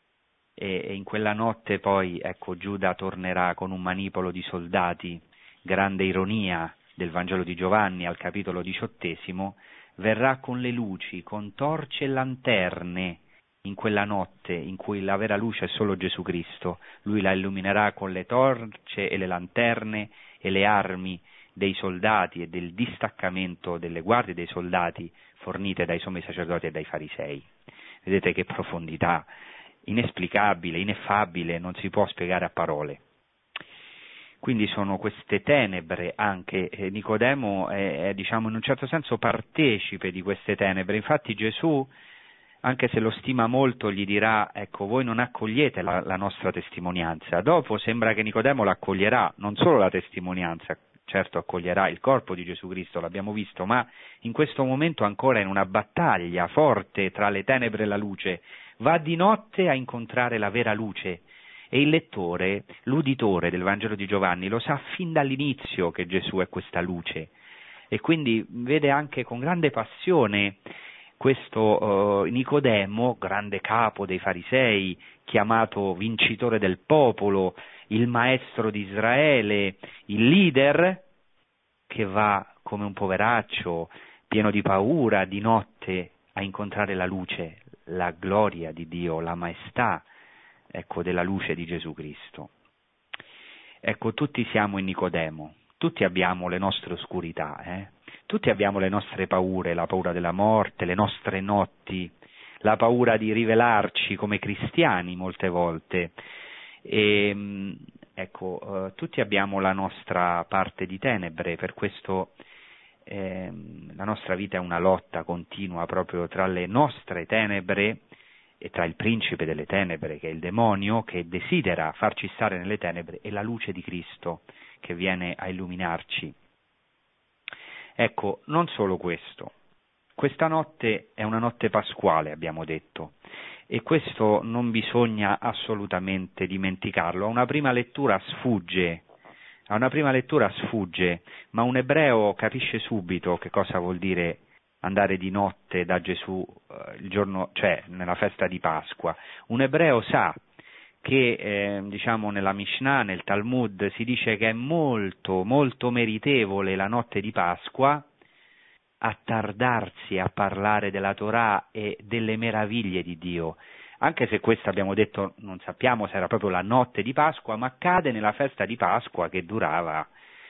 E in quella notte poi, ecco, Giuda tornerà con un manipolo di soldati, grande ironia del Vangelo di Giovanni al capitolo 18, verrà con le luci, con torce e lanterne in quella notte in cui la vera luce è solo Gesù Cristo. Lui la illuminerà con le torce e le lanterne e le armi dei soldati e del distaccamento delle guardie dei soldati fornite dai sommi sacerdoti e dai farisei. Vedete che profondità, inesplicabile, ineffabile, non si può spiegare a parole. Quindi sono queste tenebre anche, Nicodemo è in un certo senso partecipe di queste tenebre. Infatti Gesù, anche se lo stima molto, gli dirà: ecco, voi non accogliete la nostra testimonianza. Dopo sembra che Nicodemo l'accoglierà, non solo la testimonianza, certo accoglierà il corpo di Gesù Cristo, l'abbiamo visto, ma in questo momento ancora in una battaglia forte tra le tenebre e la luce. Va di notte a incontrare la vera luce. E il lettore, l'uditore del Vangelo di Giovanni lo sa fin dall'inizio che Gesù è questa luce, e quindi vede anche con grande passione questo Nicodemo, grande capo dei farisei, chiamato vincitore del popolo, il maestro di Israele, il leader, che va come un poveraccio, pieno di paura, di notte a incontrare la luce, la gloria di Dio, la maestà, ecco, della luce di Gesù Cristo. Ecco, tutti siamo in Nicodemo, tutti abbiamo le nostre oscurità, tutti abbiamo le nostre paure, la paura della morte, le nostre notti, la paura di rivelarci come cristiani molte volte. E, tutti abbiamo la nostra parte di tenebre, per questo la nostra vita è una lotta continua proprio tra le nostre tenebre e tra il principe delle tenebre, che è il demonio, che desidera farci stare nelle tenebre, e la luce di Cristo che viene a illuminarci. Ecco, non solo questo. Questa notte è una notte pasquale, abbiamo detto, e questo non bisogna assolutamente dimenticarlo. A una prima lettura sfugge, ma un ebreo capisce subito che cosa vuol dire andare di notte da Gesù il giorno, cioè nella festa di Pasqua. Un ebreo sa che nella Mishnah, nel Talmud, si dice che è molto, molto meritevole la notte di Pasqua attardarsi a parlare della Torah e delle meraviglie di Dio, anche se questa, abbiamo detto, non sappiamo se era proprio la notte di Pasqua, ma cade nella festa di Pasqua che durava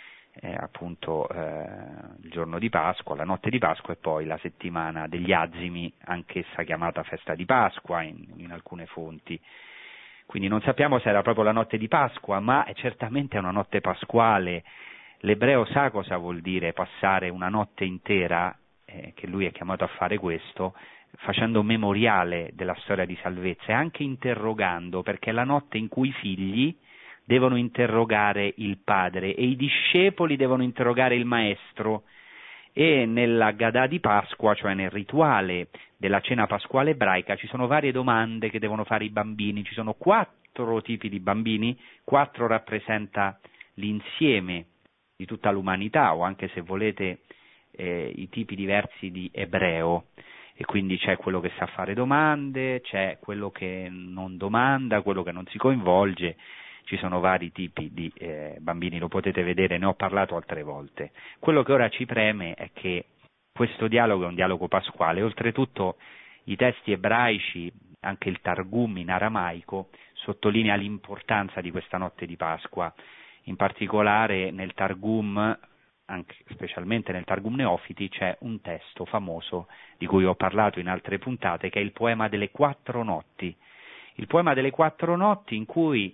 il giorno di Pasqua, la notte di Pasqua, e poi la settimana degli Azimi, anch'essa chiamata festa di Pasqua in alcune fonti. Quindi non sappiamo se era proprio la notte di Pasqua, ma è certamente una notte pasquale. L'ebreo sa cosa vuol dire passare una notte intera, che lui è chiamato a fare questo, facendo memoriale della storia di salvezza e anche interrogando, perché è la notte in cui i figli devono interrogare il padre e i discepoli devono interrogare il maestro, e nella Gadà di Pasqua, cioè nel rituale della cena pasquale ebraica, ci sono varie domande che devono fare i bambini. Ci sono 4 tipi di bambini, 4 rappresenta l'insieme di tutta l'umanità, o anche, se volete, i tipi diversi di ebreo, e quindi c'è quello che sa fare domande, c'è quello che non domanda, quello che non si coinvolge. Ci sono vari tipi di bambini, lo potete vedere, ne ho parlato altre volte. Quello che ora ci preme è che questo dialogo è un dialogo pasquale. Oltretutto i testi ebraici, anche il Targum in aramaico, sottolinea l'importanza di questa notte di Pasqua. In particolare nel Targum, anche specialmente nel Targum Neofiti, c'è un testo famoso di cui ho parlato in altre puntate, che è il poema delle 4 notti. Il poema delle 4 notti in cui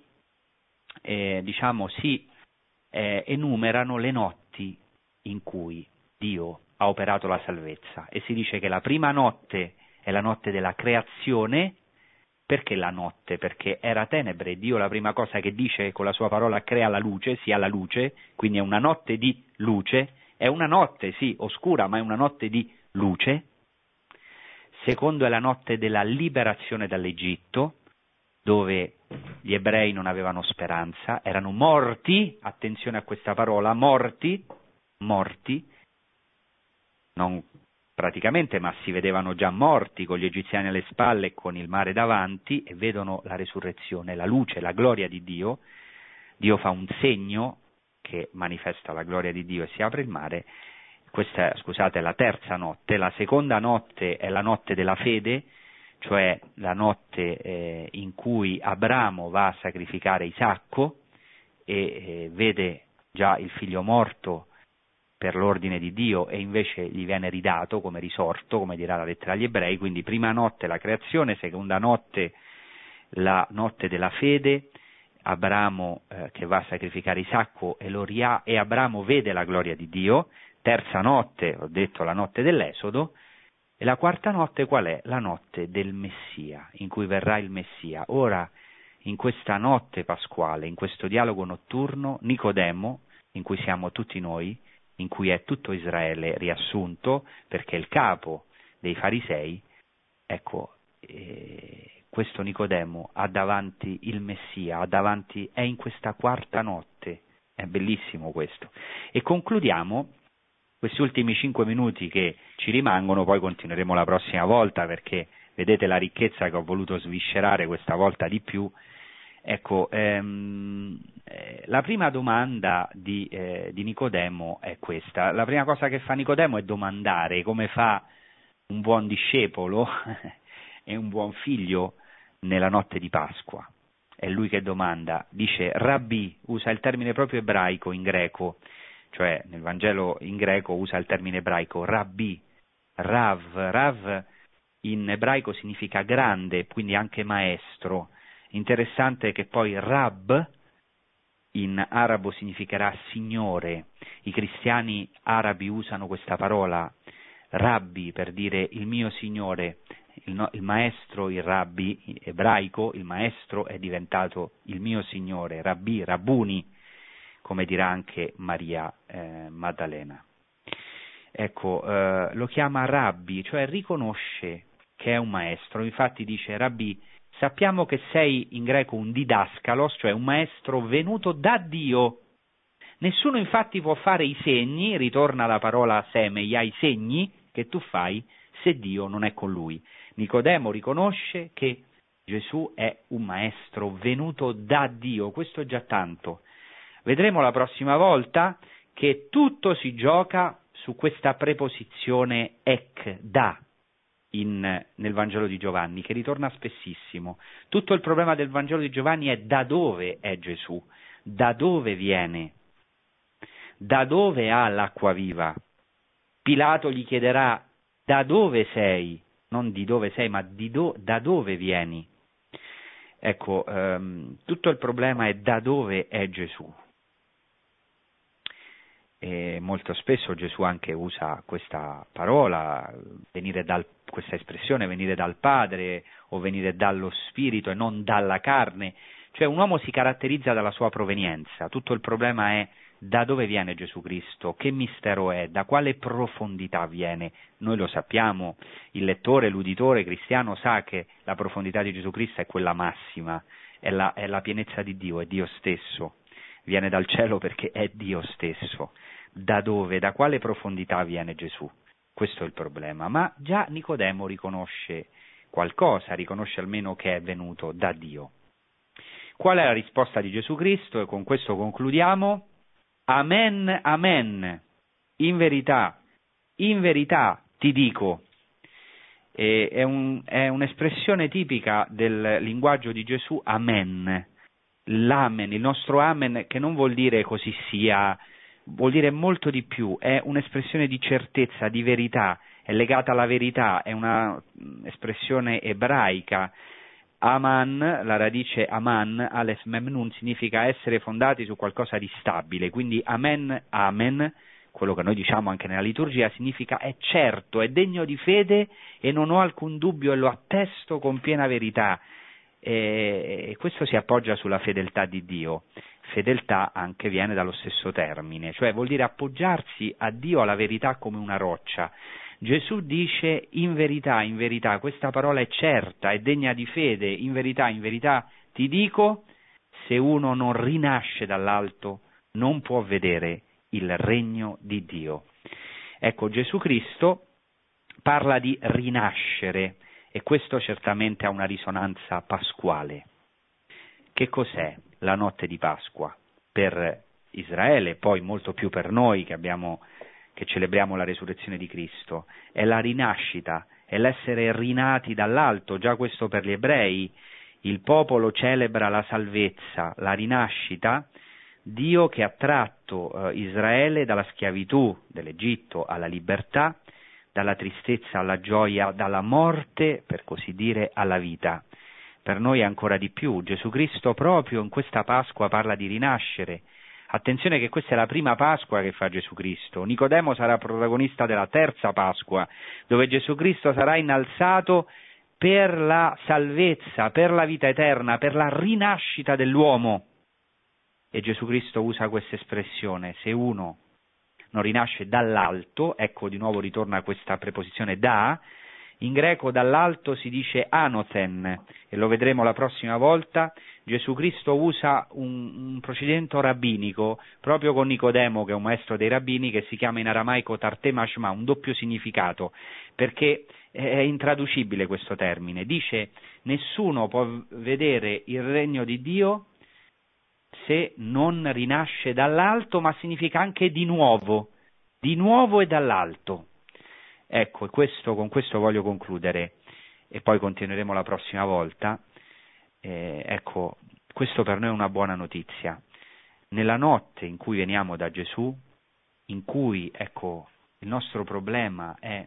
si enumerano le notti in cui Dio ha operato la salvezza, e si dice che la prima notte è la notte della creazione. Perché la notte? Perché era tenebre, e Dio la prima cosa che dice con la sua parola crea la luce, sia la luce, quindi è una notte di luce, è una notte sì oscura, ma è una notte di luce. Secondo è la notte della liberazione dall'Egitto, dove gli ebrei non avevano speranza, erano morti, attenzione a questa parola, morti, non praticamente, ma si vedevano già morti con gli egiziani alle spalle e con il mare davanti, e vedono la resurrezione, la luce, la gloria di Dio. Dio fa un segno che manifesta la gloria di Dio e si apre il mare. Questa, scusate, è la terza notte. La seconda notte è la notte della fede, cioè la notte in cui Abramo va a sacrificare Isacco e vede già il figlio morto per l'ordine di Dio, e invece gli viene ridato come risorto, come dirà la lettera agli ebrei. Quindi prima notte la creazione, seconda notte la notte della fede, Abramo che va a sacrificare Isacco e Abramo vede la gloria di Dio, terza notte, ho detto, la notte dell'Esodo, e la quarta notte qual è? La notte del Messia, in cui verrà il Messia. Ora, in questa notte pasquale, in questo dialogo notturno, Nicodemo, in cui siamo tutti noi, in cui è tutto Israele riassunto, perché è il capo dei farisei, ecco, questo Nicodemo ha davanti il Messia, è in questa quarta notte, è bellissimo questo. E concludiamo questi ultimi 5 minuti che ci rimangono, poi continueremo la prossima volta, perché vedete la ricchezza che ho voluto sviscerare questa volta di più. Ecco, la prima domanda di Nicodemo è questa. La prima cosa che fa Nicodemo è domandare, come fa un buon discepolo e un buon figlio nella notte di Pasqua. È lui che domanda, dice Rabbi, usa il termine proprio ebraico in greco, cioè nel Vangelo in greco usa il termine ebraico Rabbi, Rav in ebraico significa grande, quindi anche maestro. Interessante che poi Rab in arabo significherà signore. I cristiani arabi usano questa parola Rabbi per dire il mio signore. Il maestro, il rabbi ebraico, il maestro è diventato il mio signore, Rabbi, Rabbuni, come dirà anche Maria Maddalena. Ecco, lo chiama Rabbi, cioè riconosce che è un maestro. Infatti dice Rabbi, sappiamo che sei in greco un didascalos, cioè un maestro venuto da Dio. Nessuno infatti può fare i segni, ritorna la parola semeia, i segni che tu fai, se Dio non è con lui. Nicodemo riconosce che Gesù è un maestro venuto da Dio, questo è già tanto. Vedremo la prossima volta che tutto si gioca su questa preposizione ek, da, nel Vangelo di Giovanni, che ritorna spessissimo. Tutto il problema del Vangelo di Giovanni è da dove è Gesù, da dove viene, da dove ha l'acqua viva. Pilato gli chiederà da dove sei, non di dove sei, ma da dove vieni. Ecco, tutto il problema è da dove è Gesù. E molto spesso Gesù anche usa questa parola, questa espressione, venire dal Padre o venire dallo Spirito e non dalla carne. Cioè un uomo si caratterizza dalla sua provenienza, tutto il problema è da dove viene Gesù Cristo, che mistero è, da quale profondità viene. Noi lo sappiamo, il lettore, l'uditore cristiano sa che la profondità di Gesù Cristo è quella massima, è la pienezza di Dio, è Dio stesso, viene dal cielo perché è Dio stesso. Da dove, da quale profondità viene Gesù? Questo è il problema, ma già Nicodemo riconosce qualcosa, riconosce almeno che è venuto da Dio. Qual è la risposta di Gesù Cristo? E con questo concludiamo. Amen, amen, in verità ti dico. È un'espressione tipica del linguaggio di Gesù, amen. L'amen, il nostro amen, che non vuol dire così sia, vuol dire molto di più, è un'espressione di certezza, di verità, è legata alla verità, è una espressione ebraica. Aman, la radice aman, Aleph Mem Nun, significa essere fondati su qualcosa di stabile, quindi amen, amen, quello che noi diciamo anche nella liturgia, significa è certo, è degno di fede e non ho alcun dubbio e lo attesto con piena verità. E questo si appoggia sulla fedeltà di Dio. Fedeltà anche viene dallo stesso termine, cioè vuol dire appoggiarsi a Dio, alla verità, come una roccia. Gesù dice in verità, questa parola è certa, è degna di fede, in verità ti dico, se uno non rinasce dall'alto non può vedere il regno di Dio. Ecco, Gesù Cristo parla di rinascere e questo certamente ha una risonanza pasquale. Che cos'è la notte di Pasqua? Per Israele, poi molto più per noi che celebriamo la resurrezione di Cristo, è la rinascita, è l'essere rinati dall'alto, già questo per gli ebrei. Il popolo celebra la salvezza, la rinascita, Dio che ha tratto Israele dalla schiavitù dell'Egitto alla libertà, dalla tristezza alla gioia, dalla morte, per così dire, alla vita. Per noi ancora di più, Gesù Cristo proprio in questa Pasqua parla di rinascere. Attenzione che questa è la prima Pasqua che fa Gesù Cristo. Nicodemo sarà protagonista della terza Pasqua, dove Gesù Cristo sarà innalzato per la salvezza, per la vita eterna, per la rinascita dell'uomo. E Gesù Cristo usa questa espressione: se uno non rinasce dall'alto, ecco di nuovo ritorna questa preposizione da, in greco dall'alto si dice anothen, e lo vedremo la prossima volta. Gesù Cristo usa un procedimento rabbinico, proprio con Nicodemo, che è un maestro dei rabbini, che si chiama in aramaico tarte mashma, un doppio significato, perché è intraducibile questo termine. Dice: nessuno può vedere il regno di Dio se non rinasce dall'alto, ma significa anche di nuovo e dall'alto. Ecco, e con questo voglio concludere, e poi continueremo la prossima volta. Ecco, questo per noi è una buona notizia. Nella notte in cui veniamo da Gesù, in cui, ecco, il nostro problema è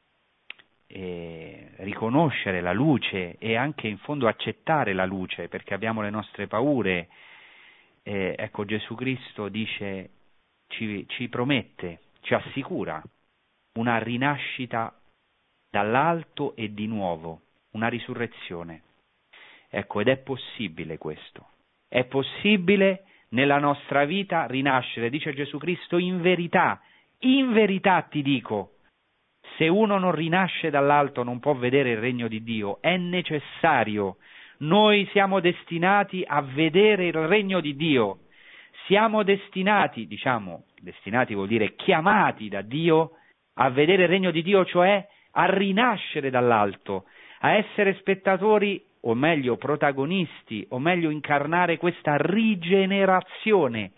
riconoscere la luce e anche in fondo accettare la luce, perché abbiamo le nostre paure, ecco, Gesù Cristo dice, ci promette, ci assicura una rinascita dall'alto e di nuovo, una risurrezione. Ecco, ed è possibile questo. È possibile nella nostra vita rinascere, dice Gesù Cristo, in verità ti dico, se uno non rinasce dall'alto non può vedere il regno di Dio, è necessario. Noi siamo destinati a vedere il regno di Dio, siamo destinati vuol dire chiamati da Dio a vedere il regno di Dio, cioè a rinascere dall'alto, a essere spettatori, o meglio protagonisti, o meglio incarnare questa rigenerazione.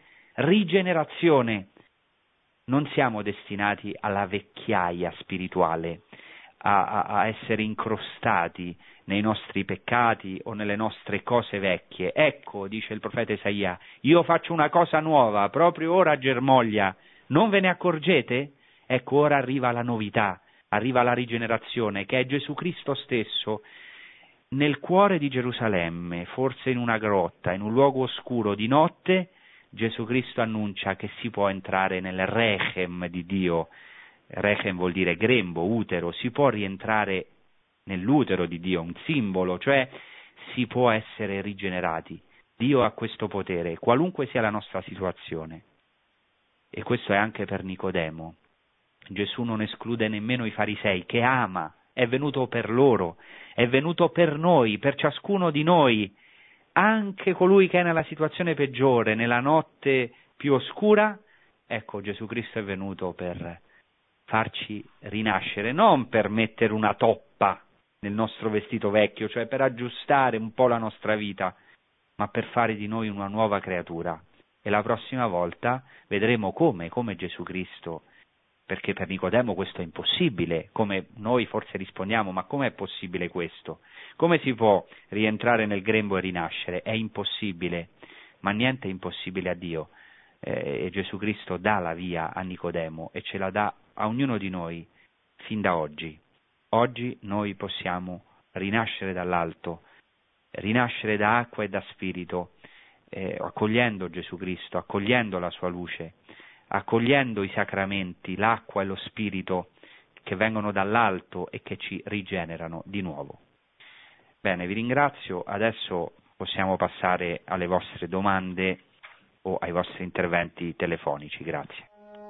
Non siamo destinati alla vecchiaia spirituale, a essere incrostati nei nostri peccati o nelle nostre cose vecchie. Ecco, dice il profeta Isaia, io faccio una cosa nuova, proprio ora germoglia, non ve ne accorgete? Ecco, ora arriva la novità, arriva la rigenerazione, che è Gesù Cristo stesso. Nel cuore di Gerusalemme, forse in una grotta, in un luogo oscuro di notte, Gesù Cristo annuncia che si può entrare nel Rechem di Dio. Rechem vuol dire grembo, utero, si può rientrare nell'utero di Dio, un simbolo, cioè si può essere rigenerati. Dio ha questo potere, qualunque sia la nostra situazione. E questo è anche per Nicodemo. Gesù non esclude nemmeno i farisei, che ama, è venuto per loro, è venuto per noi, per ciascuno di noi, anche colui che è nella situazione peggiore, nella notte più oscura. Ecco, Gesù Cristo è venuto per farci rinascere, non per mettere una toppa nel nostro vestito vecchio, cioè per aggiustare un po' la nostra vita, ma per fare di noi una nuova creatura. E la prossima volta vedremo come Gesù Cristo, perché per Nicodemo questo è impossibile, come noi forse rispondiamo, ma com'è possibile questo? Come si può rientrare nel grembo e rinascere? È impossibile, ma niente è impossibile a Dio. e Gesù Cristo dà la via a Nicodemo e ce la dà a ognuno di noi fin da oggi. Oggi noi possiamo rinascere dall'alto, rinascere da acqua e da spirito, accogliendo Gesù Cristo, accogliendo la sua luce, accogliendo i sacramenti, l'acqua e lo spirito che vengono dall'alto e che ci rigenerano di nuovo. Bene, vi ringrazio, adesso possiamo passare alle vostre domande o ai vostri interventi telefonici. Grazie.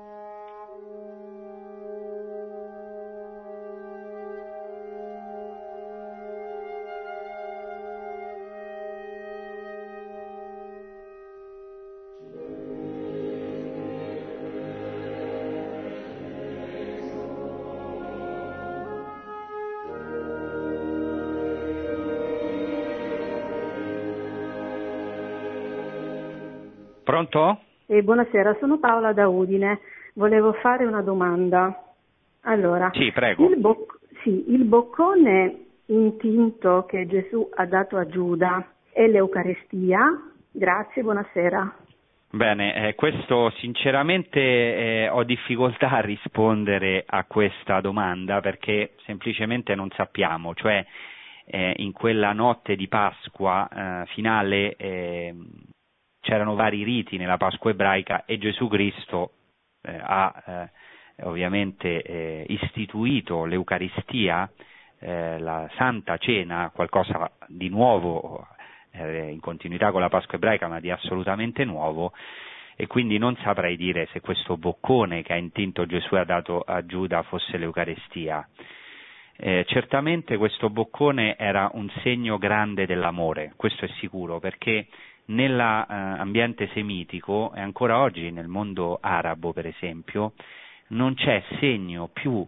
Pronto? Buonasera, sono Paola da Udine. Volevo fare una domanda. Allora, sì, prego. Il boccone intinto che Gesù ha dato a Giuda è l'Eucaristia? Grazie, buonasera. Bene, questo sinceramente ho difficoltà a rispondere a questa domanda perché semplicemente non sappiamo, cioè in quella notte di Pasqua finale c'erano vari riti nella Pasqua ebraica e Gesù Cristo ha ovviamente istituito l'Eucaristia, la Santa Cena, qualcosa di nuovo in continuità con la Pasqua ebraica ma di assolutamente nuovo, e quindi non saprei dire se questo boccone che ha intinto Gesù e ha dato a Giuda fosse l'Eucaristia. Certamente questo boccone era un segno grande dell'amore, questo è sicuro, perché nell'ambiente semitico e ancora oggi nel mondo arabo per esempio non c'è segno più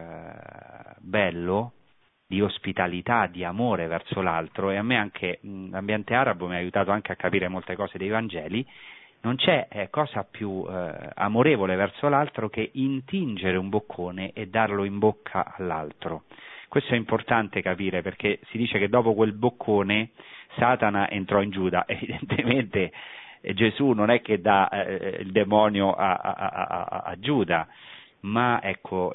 bello di ospitalità, di amore verso l'altro, e a me anche l'ambiente arabo mi ha aiutato anche a capire molte cose dei Vangeli. Non c'è cosa più amorevole verso l'altro che intingere un boccone e darlo in bocca all'altro. Questo è importante capire, perché si dice che dopo quel boccone Satana entrò in Giuda. Evidentemente Gesù non è che dà il demonio a Giuda, ma ecco,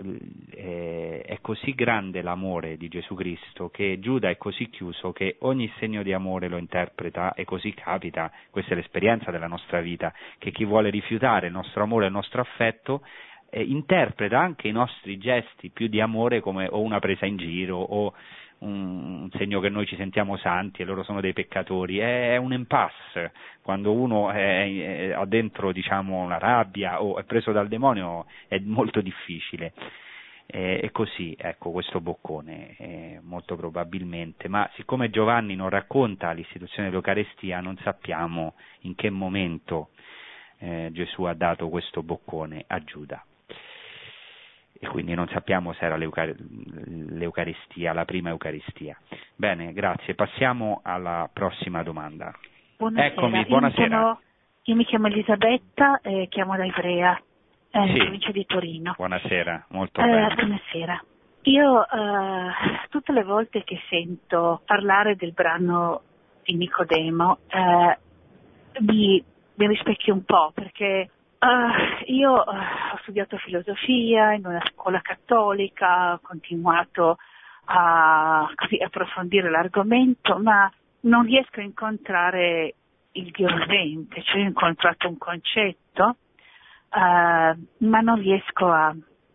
è così grande l'amore di Gesù Cristo che Giuda è così chiuso che ogni segno di amore lo interpreta, e così capita, questa è l'esperienza della nostra vita, che chi vuole rifiutare il nostro amore e il nostro affetto interpreta anche i nostri gesti più di amore come o una presa in giro o un segno che noi ci sentiamo santi e loro sono dei peccatori. È un impasse quando uno ha dentro, diciamo, una rabbia o è preso dal demonio, è molto difficile. E così, ecco, questo boccone molto probabilmente, ma siccome Giovanni non racconta l'istituzione dell'Eucaristia, non sappiamo in che momento Gesù ha dato questo boccone a Giuda. E quindi non sappiamo se era l'Eucaristia, la prima Eucaristia. Bene, grazie. Passiamo alla prossima domanda. Buonasera. Eccomi, buonasera. Io mi chiamo Elisabetta e chiamo da Ivrea, in provincia di Torino. Buonasera, molto bene. Buonasera. Io tutte le volte che sento parlare del brano di Nicodemo mi rispecchio un po', perché io ho studiato filosofia in una scuola cattolica, ho continuato a approfondire l'argomento, ma non riesco a incontrare il Dio vivente, cioè ho incontrato un concetto, ma non riesco a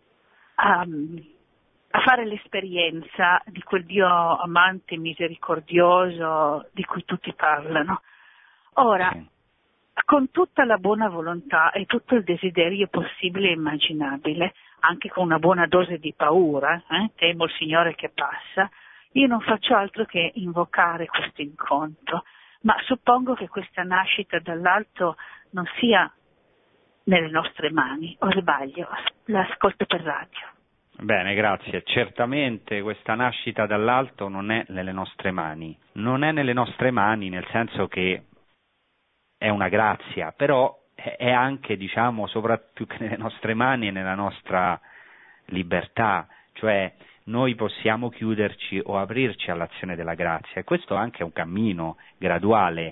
fare l'esperienza di quel Dio amante, misericordioso di cui tutti parlano. Ora, con tutta la buona volontà e tutto il desiderio possibile e immaginabile, anche con una buona dose di paura, temo il Signore che passa, io non faccio altro che invocare questo incontro, ma suppongo che questa nascita dall'alto non sia nelle nostre mani, o sbaglio? L'ascolto per radio. Bene, grazie. Certamente questa nascita dall'alto non è nelle nostre mani. Non è nelle nostre mani nel senso che è una grazia, però è anche, diciamo, soprattutto nelle nostre mani e nella nostra libertà, cioè noi possiamo chiuderci o aprirci all'azione della grazia, e questo anche è un cammino graduale,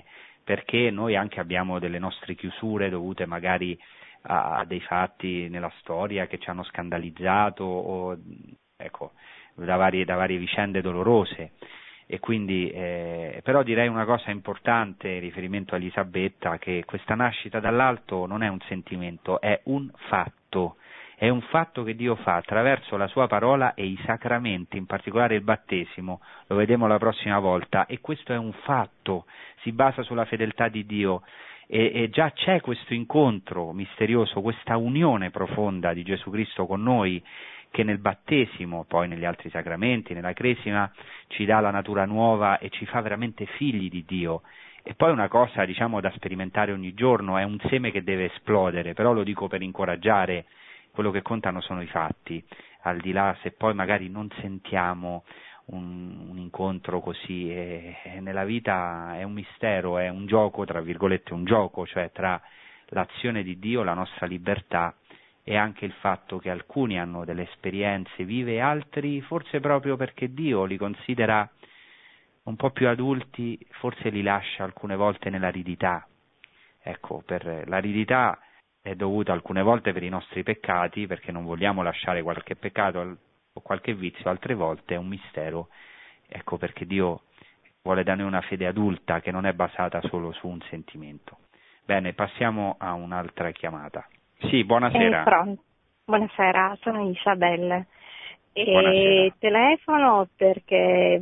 perché noi anche abbiamo delle nostre chiusure dovute magari a dei fatti nella storia che ci hanno scandalizzato o ecco, da varie vicende dolorose. E quindi però direi una cosa importante in riferimento a Elisabetta, che questa nascita dall'alto non è un sentimento, è un fatto che Dio fa attraverso la sua parola e i sacramenti, in particolare il battesimo, lo vedremo la prossima volta, e questo è un fatto, si basa sulla fedeltà di Dio e già c'è questo incontro misterioso, questa unione profonda di Gesù Cristo con noi, che nel battesimo, poi negli altri sacramenti, nella cresima, ci dà la natura nuova e ci fa veramente figli di Dio. E poi una cosa, diciamo, da sperimentare ogni giorno, è un seme che deve esplodere, però lo dico per incoraggiare, quello che contano sono i fatti, al di là se poi magari non sentiamo un incontro così, nella vita è un mistero, è un gioco, tra virgolette un gioco, cioè tra l'azione di Dio, la nostra libertà, e anche il fatto che alcuni hanno delle esperienze vive, altri forse proprio perché Dio li considera un po' più adulti, forse li lascia alcune volte nell'aridità. Ecco, per l'aridità è dovuta alcune volte per i nostri peccati, perché non vogliamo lasciare qualche peccato o qualche vizio, altre volte è un mistero, ecco, perché Dio vuole da noi una fede adulta che non è basata solo su un sentimento. Bene, passiamo a un'altra chiamata. Sì, buonasera. Pronto. Buonasera, sono Isabelle Buonasera. telefono perché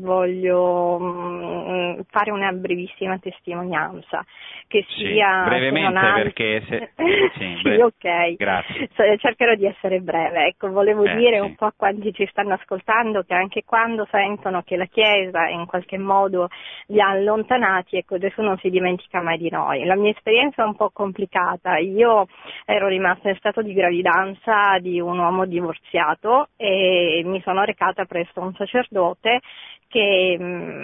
voglio fare una brevissima testimonianza che sia brevemente perché sì, ok, grazie. Cercherò di essere breve. Ecco, volevo dire un po' a quanti ci stanno ascoltando che anche quando sentono che la Chiesa in qualche modo li ha allontanati, ecco, Gesù non si dimentica mai di noi. La mia esperienza è un po' complicata. Io ero rimasta in stato di gravidanza di un uomo divorziato e mi sono recata presso un sacerdote che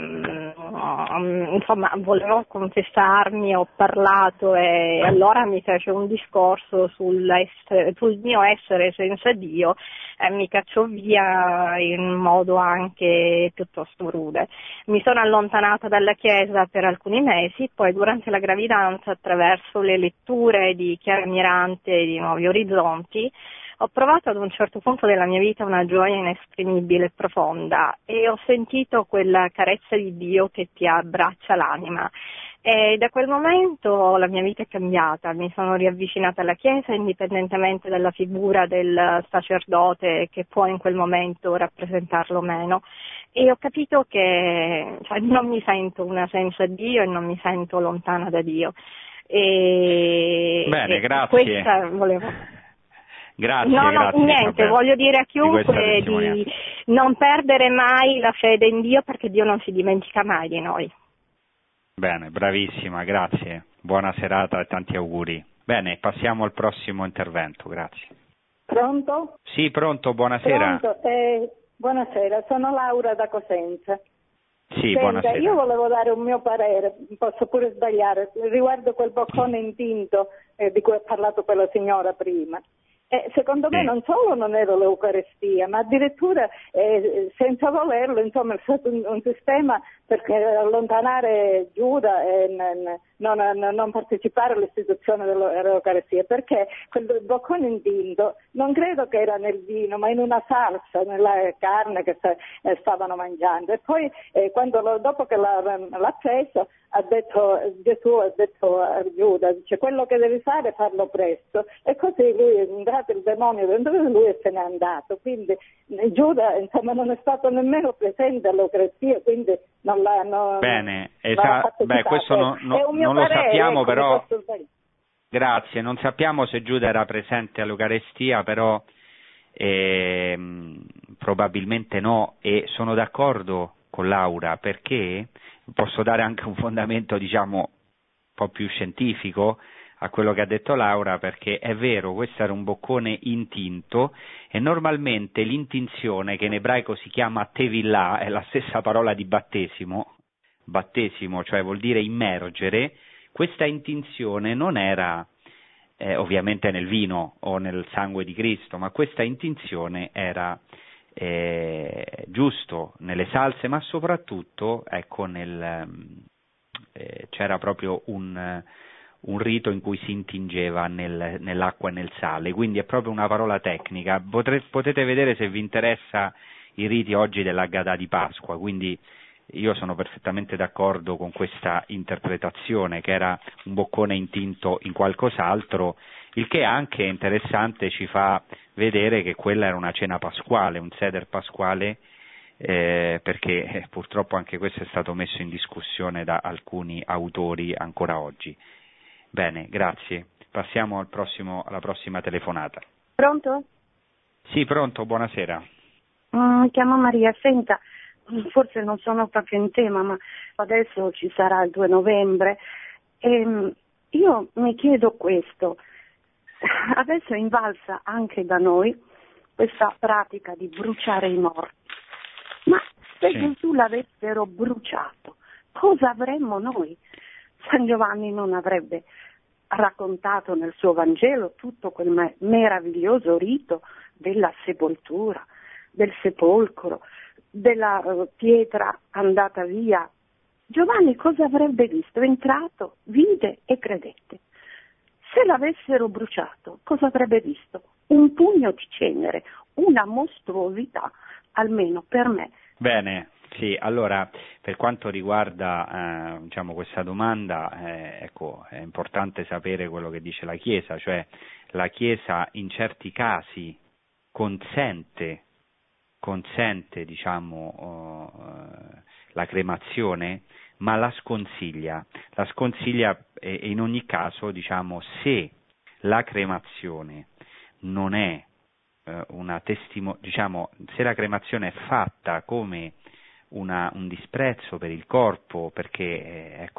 insomma volevo confessarmi, ho parlato e allora mi fece un discorso sul mio essere senza Dio e mi cacciò via in modo anche piuttosto rude. Mi sono allontanata dalla Chiesa per alcuni mesi, poi durante la gravidanza, attraverso le letture di Chiara Mirante e di Nuovi Orizzonti, ho provato ad un certo punto della mia vita una gioia inesprimibile e profonda e ho sentito quella carezza di Dio che ti abbraccia l'anima. E da quel momento la mia vita è cambiata, mi sono riavvicinata alla Chiesa indipendentemente dalla figura del sacerdote che può in quel momento rappresentarlo o meno, e ho capito che non mi sento una senza Dio e non mi sento lontana da Dio. Bene, grazie. Questa volevo... Grazie, No, grazie, niente, voglio dire a chiunque di non perdere mai la fede in Dio, perché Dio non si dimentica mai di noi. Bene, bravissima, grazie. Buona serata e tanti auguri. Bene, passiamo al prossimo intervento, grazie. Pronto? Sì, pronto, buonasera. Pronto, buonasera, sono Laura da Cosenza. Sì, Senta, buonasera. io volevo dare un mio parere, posso pure sbagliare, riguardo quel boccone intinto di cui ha parlato quella signora prima. Secondo me non solo non era l'Eucaristia, ma addirittura senza volerlo, insomma, è stato un sistema perché allontanare Giuda e non partecipare all'istituzione dell'Eucaristia, perché quel boccone intinto non credo che era nel vino, ma in una salsa, nella carne che stavano mangiando. E poi dopo che l'ha preso, Gesù ha detto a Giuda, dice: quello che devi fare, farlo presto. E così lui è entrato il demonio dentro di lui e se n'è andato. Quindi Giuda, insomma, non è stato nemmeno presente all'Eucaristia, quindi non l'hanno. Bene, questo non lo sappiamo, ecco, però. Grazie, non sappiamo se Giuda era presente all'Eucaristia, però probabilmente no, e sono d'accordo con Laura, perché posso dare anche un fondamento, diciamo, un po' più scientifico a quello che ha detto Laura, perché è vero, questo era un boccone intinto e normalmente l'intinzione, che in ebraico si chiama tevillah, è la stessa parola di battesimo, cioè vuol dire immergere. Questa intinzione non era ovviamente nel vino o nel sangue di Cristo, ma questa intinzione era giusto nelle salse, ma soprattutto ecco c'era proprio un rito in cui si intingeva nell'acqua e nel sale, quindi è proprio una parola tecnica. Potete vedere, se vi interessa, i riti oggi dell'Haggadah di Pasqua, quindi io sono perfettamente d'accordo con questa interpretazione, che era un boccone intinto in qualcos'altro, il che anche interessante, ci fa vedere che quella era una cena pasquale, un seder pasquale, perché purtroppo anche questo è stato messo in discussione da alcuni autori ancora oggi. Bene, grazie. Passiamo alla prossima telefonata. Pronto? Sì, pronto, buonasera. Chiamo Maria. Senta, forse non sono proprio in tema, ma adesso ci sarà il 2 novembre e io mi chiedo questo. Adesso è invalsa anche da noi questa pratica di bruciare i morti, ma se Gesù l'avessero bruciato, cosa avremmo noi? San Giovanni non avrebbe raccontato nel suo Vangelo tutto quel meraviglioso rito della sepoltura, del sepolcro, della pietra andata via. Giovanni cosa avrebbe visto? È entrato, vide e credette. Se l'avessero bruciato, cosa avrebbe visto? Un pugno di cenere, una mostruosità, almeno per me. Bene, sì, allora per quanto riguarda questa domanda, ecco, è importante sapere quello che dice la Chiesa, cioè la Chiesa in certi casi consente la cremazione, ma la sconsiglia e in ogni caso, se la cremazione non è se la cremazione è fatta come un disprezzo per il corpo, perché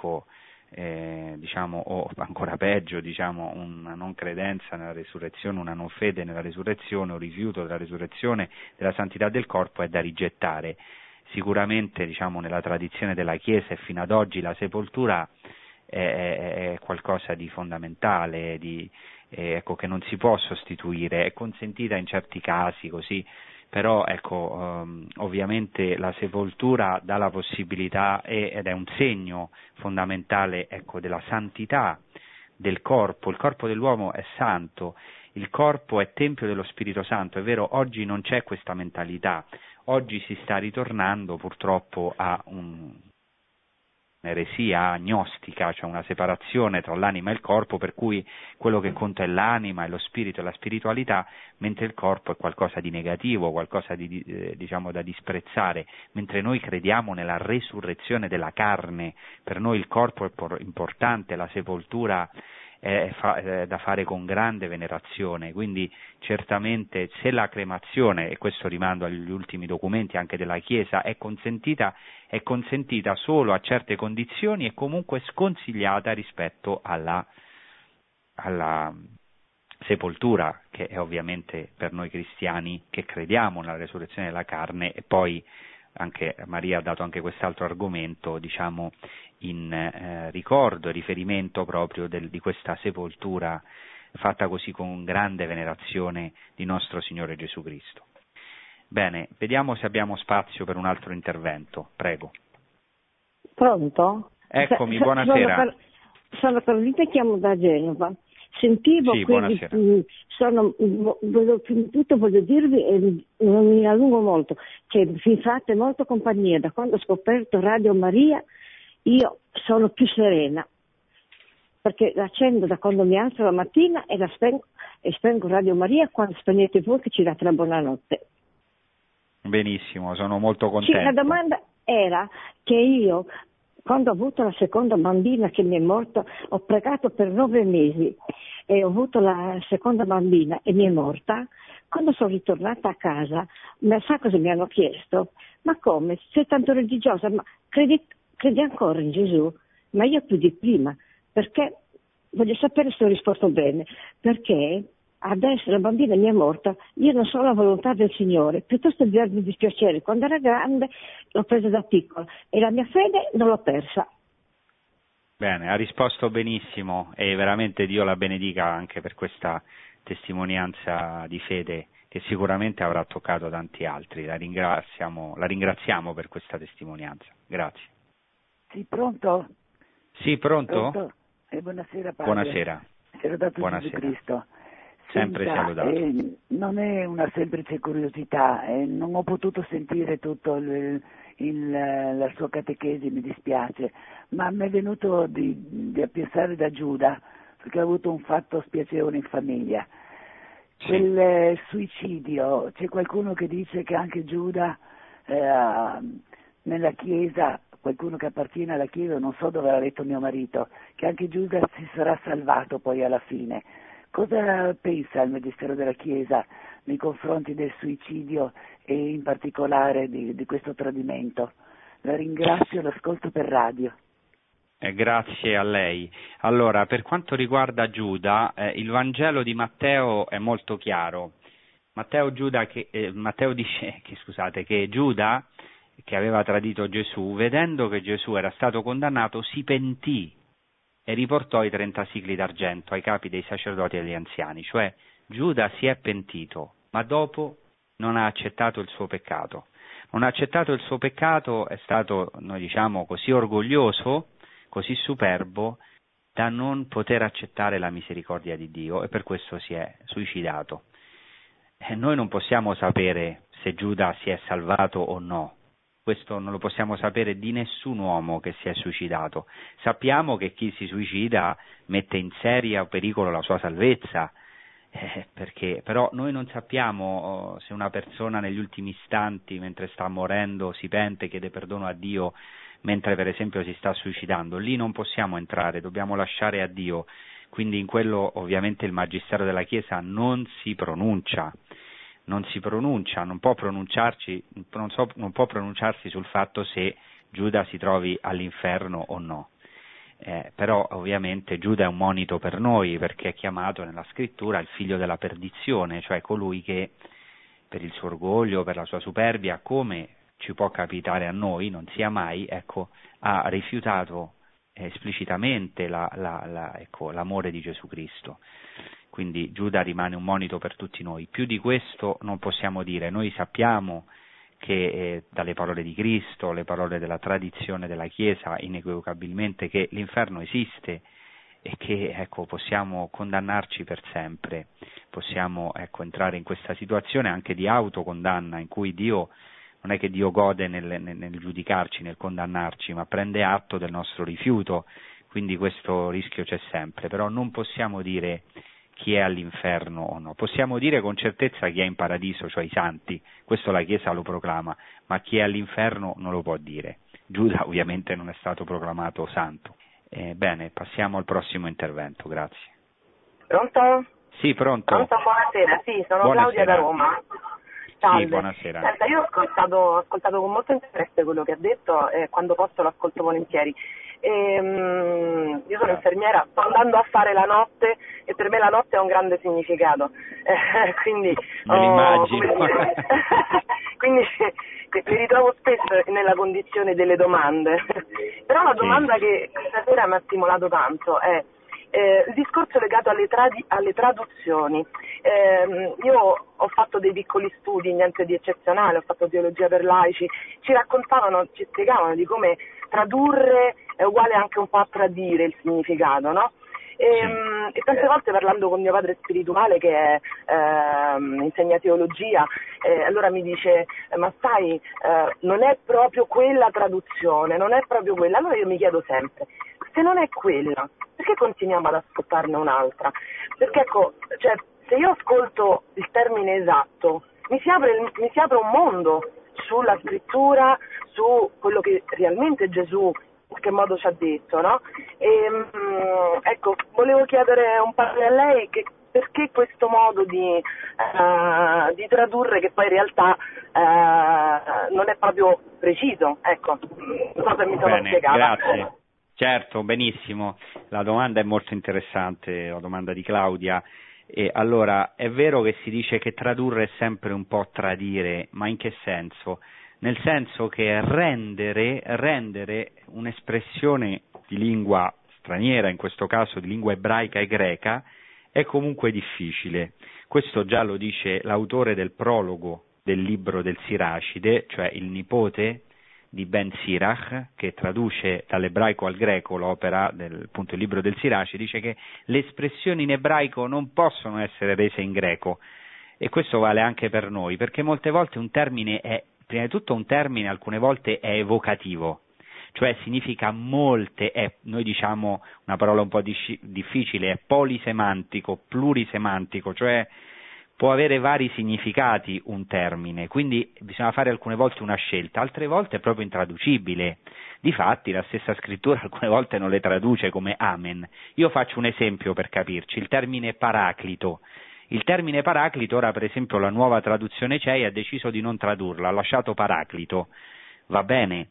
o ancora peggio, una non credenza nella resurrezione, una non fede nella resurrezione, un rifiuto della resurrezione, della santità del corpo, è da rigettare. Sicuramente, nella tradizione della Chiesa e fino ad oggi la sepoltura è qualcosa di fondamentale, che non si può sostituire, è consentita in certi casi così, però ovviamente la sepoltura dà la possibilità ed è un segno fondamentale della santità del corpo. Il corpo dell'uomo è santo, il corpo è tempio dello Spirito Santo, è vero, oggi non c'è questa mentalità, oggi si sta ritornando purtroppo a un'eresia agnostica, cioè una separazione tra l'anima e il corpo, per cui quello che conta è l'anima, è lo spirito e la spiritualità, mentre il corpo è qualcosa di negativo, qualcosa da disprezzare, mentre noi crediamo nella resurrezione della carne. Per noi il corpo è importante, la sepoltura è da fare con grande venerazione, quindi certamente se la cremazione, e questo rimando agli ultimi documenti anche della Chiesa, è consentita solo a certe condizioni e comunque sconsigliata rispetto alla sepoltura, che è ovviamente per noi cristiani che crediamo nella resurrezione della carne. E poi anche Maria ha dato anche quest'altro argomento, in ricordo e riferimento proprio di questa sepoltura fatta così con grande venerazione di nostro Signore Gesù Cristo. Bene, vediamo se abbiamo spazio per un altro intervento, prego. Pronto? Eccomi, buonasera. Sono Carolina e chiamo da Genova. Sentivo sì, buonasera. Prima di tutto voglio dirvi, e non mi allungo molto, che vi fate molto compagnia. Da quando ho scoperto Radio Maria io sono più serena, perché l'accendo da quando mi alzo la mattina e la spengo Radio Maria quando spegnete voi, che ci date la buonanotte. Benissimo, sono molto contento. Sì, la domanda era che io, quando ho avuto la seconda bambina che mi è morta, ho pregato per 9 mesi e ho avuto la seconda bambina e mi è morta. Quando sono ritornata a casa, sa cosa mi hanno chiesto? Ma come? Sei tanto religiosa? Ma credi ancora in Gesù? Ma io più di prima, perché voglio sapere se ho risposto bene, perché adesso la bambina mi è morta, io non so la volontà del Signore, piuttosto di darmi dispiacere. Quando era grande l'ho presa da piccola e la mia fede non l'ho persa. Bene, ha risposto benissimo e veramente Dio la benedica anche per questa testimonianza di fede che sicuramente avrà toccato tanti altri. La ringraziamo per questa testimonianza. Grazie. Sì, pronto? Sì, pronto? Pronto? Buonasera padre. Buonasera. C'era dato Buonasera. Gesù Cristo. Sempre saludato. Non è una semplice curiosità, non ho potuto sentire tutto la sua catechesi, mi dispiace, ma mi è venuto di pensare da Giuda, perché ha avuto un fatto spiacevole in famiglia. Sì. Quel suicidio, c'è qualcuno che dice che anche Giuda nella Chiesa, qualcuno che appartiene alla Chiesa, non so dove l'ha detto mio marito, che anche Giuda si sarà salvato poi alla fine. Cosa pensa il Magistero della Chiesa nei confronti del suicidio e in particolare di questo tradimento? La ringrazio, l'ascolto per radio. Grazie a lei. Allora, per quanto riguarda Giuda, il Vangelo di Matteo è molto chiaro. Matteo dice che Giuda, che aveva tradito Gesù, vedendo che Gesù era stato condannato, si pentì e riportò i 30 sicli d'argento ai capi dei sacerdoti e degli anziani. Cioè Giuda si è pentito, ma dopo non ha accettato il suo peccato. Non ha accettato il suo peccato, è stato, noi diciamo, così orgoglioso, così superbo, da non poter accettare la misericordia di Dio, e per questo si è suicidato. E noi non possiamo sapere se Giuda si è salvato o no. Questo non lo possiamo sapere di nessun uomo che si è suicidato. Sappiamo che chi si suicida mette in serio pericolo la sua salvezza, perché però noi non sappiamo se una persona negli ultimi istanti, mentre sta morendo, si pente, chiede perdono a Dio, mentre per esempio si sta suicidando. Lì non possiamo entrare, dobbiamo lasciare a Dio. Quindi in quello ovviamente il Magistero della Chiesa non si pronuncia, non può pronunciarsi sul fatto se Giuda si trovi all'inferno o no. Però ovviamente Giuda è un monito per noi, perché è chiamato nella scrittura il figlio della perdizione, cioè colui che per il suo orgoglio, per la sua superbia, come ci può capitare a noi, non sia mai, ha rifiutato esplicitamente l'amore di Gesù Cristo. Quindi Giuda rimane un monito per tutti noi. Più di questo non possiamo dire. Noi sappiamo che dalle parole di Cristo, le parole della tradizione della Chiesa, inequivocabilmente che l'inferno esiste e che possiamo condannarci per sempre, possiamo entrare in questa situazione anche di autocondanna, in cui Dio non è che Dio gode nel giudicarci, nel condannarci, ma prende atto del nostro rifiuto, quindi questo rischio c'è sempre. Però non possiamo dire chi è all'inferno o no, possiamo dire con certezza chi è in paradiso, cioè i santi, questo la Chiesa lo proclama, ma chi è all'inferno non lo può dire. Giuda ovviamente non è stato proclamato santo. Bene, passiamo al prossimo intervento, grazie. Pronto? Sì, pronto. Pronto, buonasera, sì, sono Buonasera. Claudia da Roma. Salve. Sì, buonasera. Senta, io ho ascoltato con molto interesse quello che ha detto e quando posso lo ascolto volentieri. Io sono infermiera, sto andando a fare la notte e per me la notte ha un grande significato, quindi me l'immagino. Quindi mi ritrovo spesso nella condizione delle domande, però la domanda che questa sera mi ha stimolato tanto è il discorso legato alle traduzioni. Io ho fatto dei piccoli studi, niente di eccezionale, ho fatto teologia per laici, ci spiegavano di come tradurre è uguale anche un po' a tradire il significato, no? E tante volte parlando con mio padre spirituale che insegna teologia, allora mi dice ma sai, non è proprio quella traduzione, non è proprio quella. Allora io mi chiedo sempre, se non è quella, perché continuiamo ad ascoltarne un'altra? Perché se io ascolto il termine esatto, mi si apre un mondo sulla scrittura, su quello che realmente Gesù in qualche modo ci ha detto, no? Volevo chiedere un parere a lei perché questo modo di tradurre che poi in realtà non è proprio preciso, ecco, non so se mi sono spiegata. Grazie. Certo, benissimo, la domanda è molto interessante, la domanda di Claudia. Allora, è vero che si dice che tradurre è sempre un po' tradire, ma in che senso? Nel senso che rendere un'espressione di lingua straniera, in questo caso di lingua ebraica e greca, è comunque difficile. Questo già lo dice l'autore del prologo del libro del Siracide, cioè il nipote di Ben Sirach, che traduce dall'ebraico al greco l'opera appunto il libro del Siraci, dice che le espressioni in ebraico non possono essere rese in greco, e questo vale anche per noi, perché molte volte un termine è, prima di tutto un termine alcune volte è evocativo, cioè significa molte, noi diciamo una parola un po' difficile, è polisemantico, plurisemantico, cioè può avere vari significati un termine, quindi bisogna fare alcune volte una scelta, altre volte è proprio intraducibile. Difatti la stessa scrittura alcune volte non le traduce come amen. Io faccio un esempio per capirci, il termine paraclito. Il termine paraclito, ora per esempio la nuova traduzione CEI ha deciso di non tradurla, ha lasciato paraclito, va bene?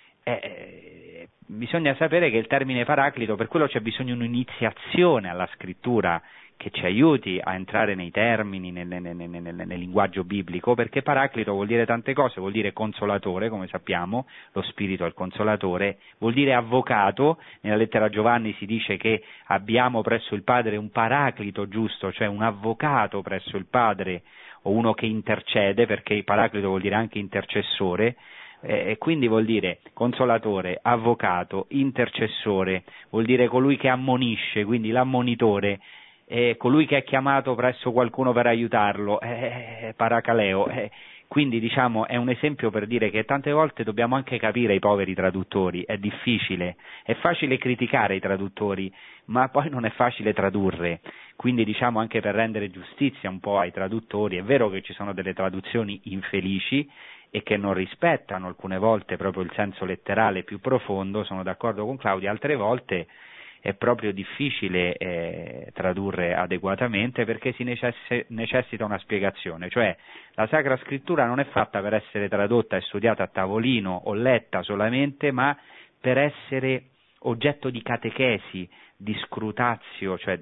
Bisogna sapere che il termine paraclito, per quello c'è bisogno di un'iniziazione alla scrittura che ci aiuti a entrare nei termini, nel linguaggio biblico, perché paraclito vuol dire tante cose, vuol dire consolatore, come sappiamo, lo Spirito è il consolatore, vuol dire avvocato, nella lettera a Giovanni si dice che abbiamo presso il Padre un paraclito giusto, cioè un avvocato presso il Padre, o uno che intercede, perché paraclito vuol dire anche intercessore, e quindi vuol dire consolatore, avvocato, intercessore, vuol dire colui che ammonisce, quindi l'ammonitore, colui che è chiamato presso qualcuno per aiutarlo, paracaleo. Quindi diciamo è un esempio per dire che tante volte dobbiamo anche capire i poveri traduttori, è difficile, è facile criticare i traduttori, ma poi non è facile tradurre, quindi diciamo anche per rendere giustizia un po' ai traduttori, è vero che ci sono delle traduzioni infelici e che non rispettano alcune volte proprio il senso letterale più profondo, sono d'accordo con Claudia, altre volte è proprio difficile tradurre adeguatamente perché si necessita una spiegazione, cioè la Sacra Scrittura non è fatta per essere tradotta e studiata a tavolino o letta solamente, ma per essere oggetto di catechesi, di scrutazio, cioè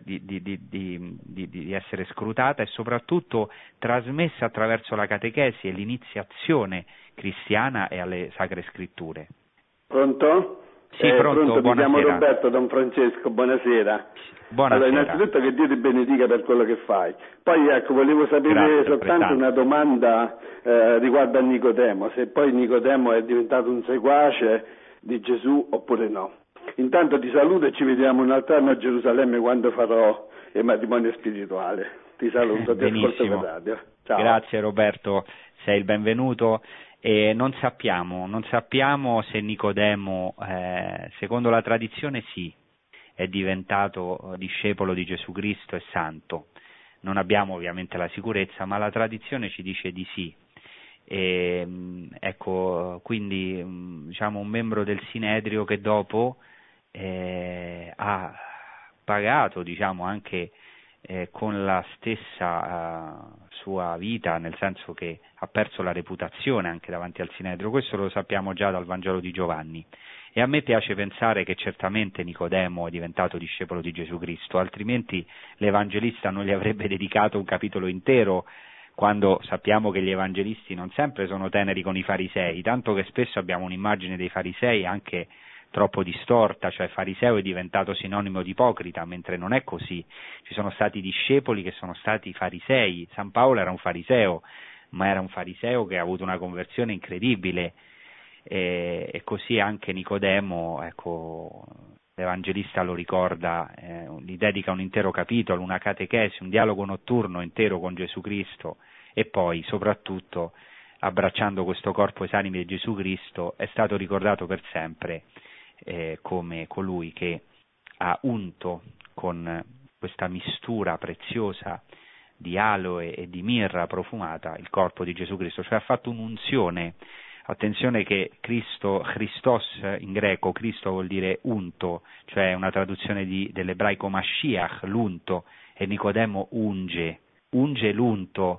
di essere scrutata e soprattutto trasmessa attraverso la catechesi e l'iniziazione cristiana e alle Sacre Scritture. Pronto? Sì, pronto, mi chiamo Roberto, Don Francesco, buonasera. Buonasera. Allora, innanzitutto che Dio ti benedica per quello che fai. Poi ecco, volevo sapere soltanto una domanda riguardo a Nicodemo, se poi Nicodemo è diventato un seguace di Gesù oppure no. Intanto ti saluto e ci vediamo un altro anno a Gerusalemme quando farò il matrimonio spirituale. Ti saluto, ti ascolto per radio. Ciao. Grazie Roberto, sei il benvenuto. E non sappiamo se Nicodemo, secondo la tradizione sì, è diventato discepolo di Gesù Cristo e santo. Non abbiamo ovviamente la sicurezza, ma la tradizione ci dice di sì. Ecco, quindi diciamo un membro del Sinedrio che dopo ha pagato, diciamo, anche con la stessa sua vita, nel senso che ha perso la reputazione anche davanti al Sinedrio, questo lo sappiamo già dal Vangelo di Giovanni, e a me piace pensare che certamente Nicodemo è diventato discepolo di Gesù Cristo, altrimenti l'Evangelista non gli avrebbe dedicato un capitolo intero, quando sappiamo che gli evangelisti non sempre sono teneri con i farisei, tanto che spesso abbiamo un'immagine dei farisei anche troppo distorta, cioè fariseo è diventato sinonimo di ipocrita, mentre non è così. Ci sono stati discepoli che sono stati farisei, San Paolo era un fariseo, ma era un fariseo che ha avuto una conversione incredibile, e così anche Nicodemo, ecco, l'Evangelista lo ricorda, gli dedica un intero capitolo, una catechesi, un dialogo notturno intero con Gesù Cristo, e poi soprattutto abbracciando questo corpo esanime di Gesù Cristo è stato ricordato per sempre come colui che ha unto con questa mistura preziosa di aloe e di mirra profumata il corpo di Gesù Cristo, cioè ha fatto un'unzione. Attenzione che Christos in greco, Cristo vuol dire unto, cioè una traduzione dell'ebraico Mashiach, l'unto, e Nicodemo unge l'unto,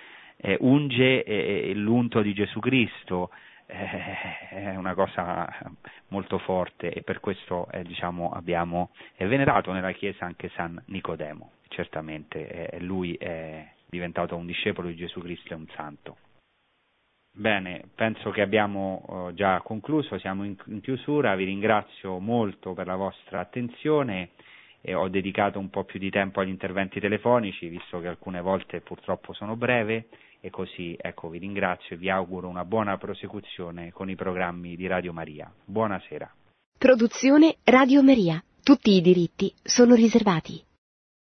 unge l'unto di Gesù Cristo, è una cosa molto forte, e per questo è venerato nella Chiesa anche San Nicodemo, certamente lui è diventato un discepolo di Gesù Cristo e un santo. Bene, penso che abbiamo già concluso, siamo in chiusura, vi ringrazio molto per la vostra attenzione e ho dedicato un po' più di tempo agli interventi telefonici, visto che alcune volte purtroppo sono breve, e così ecco, vi ringrazio e vi auguro una buona prosecuzione con i programmi di Radio Maria. Buonasera. Produzione Radio Maria. Tutti i diritti sono riservati.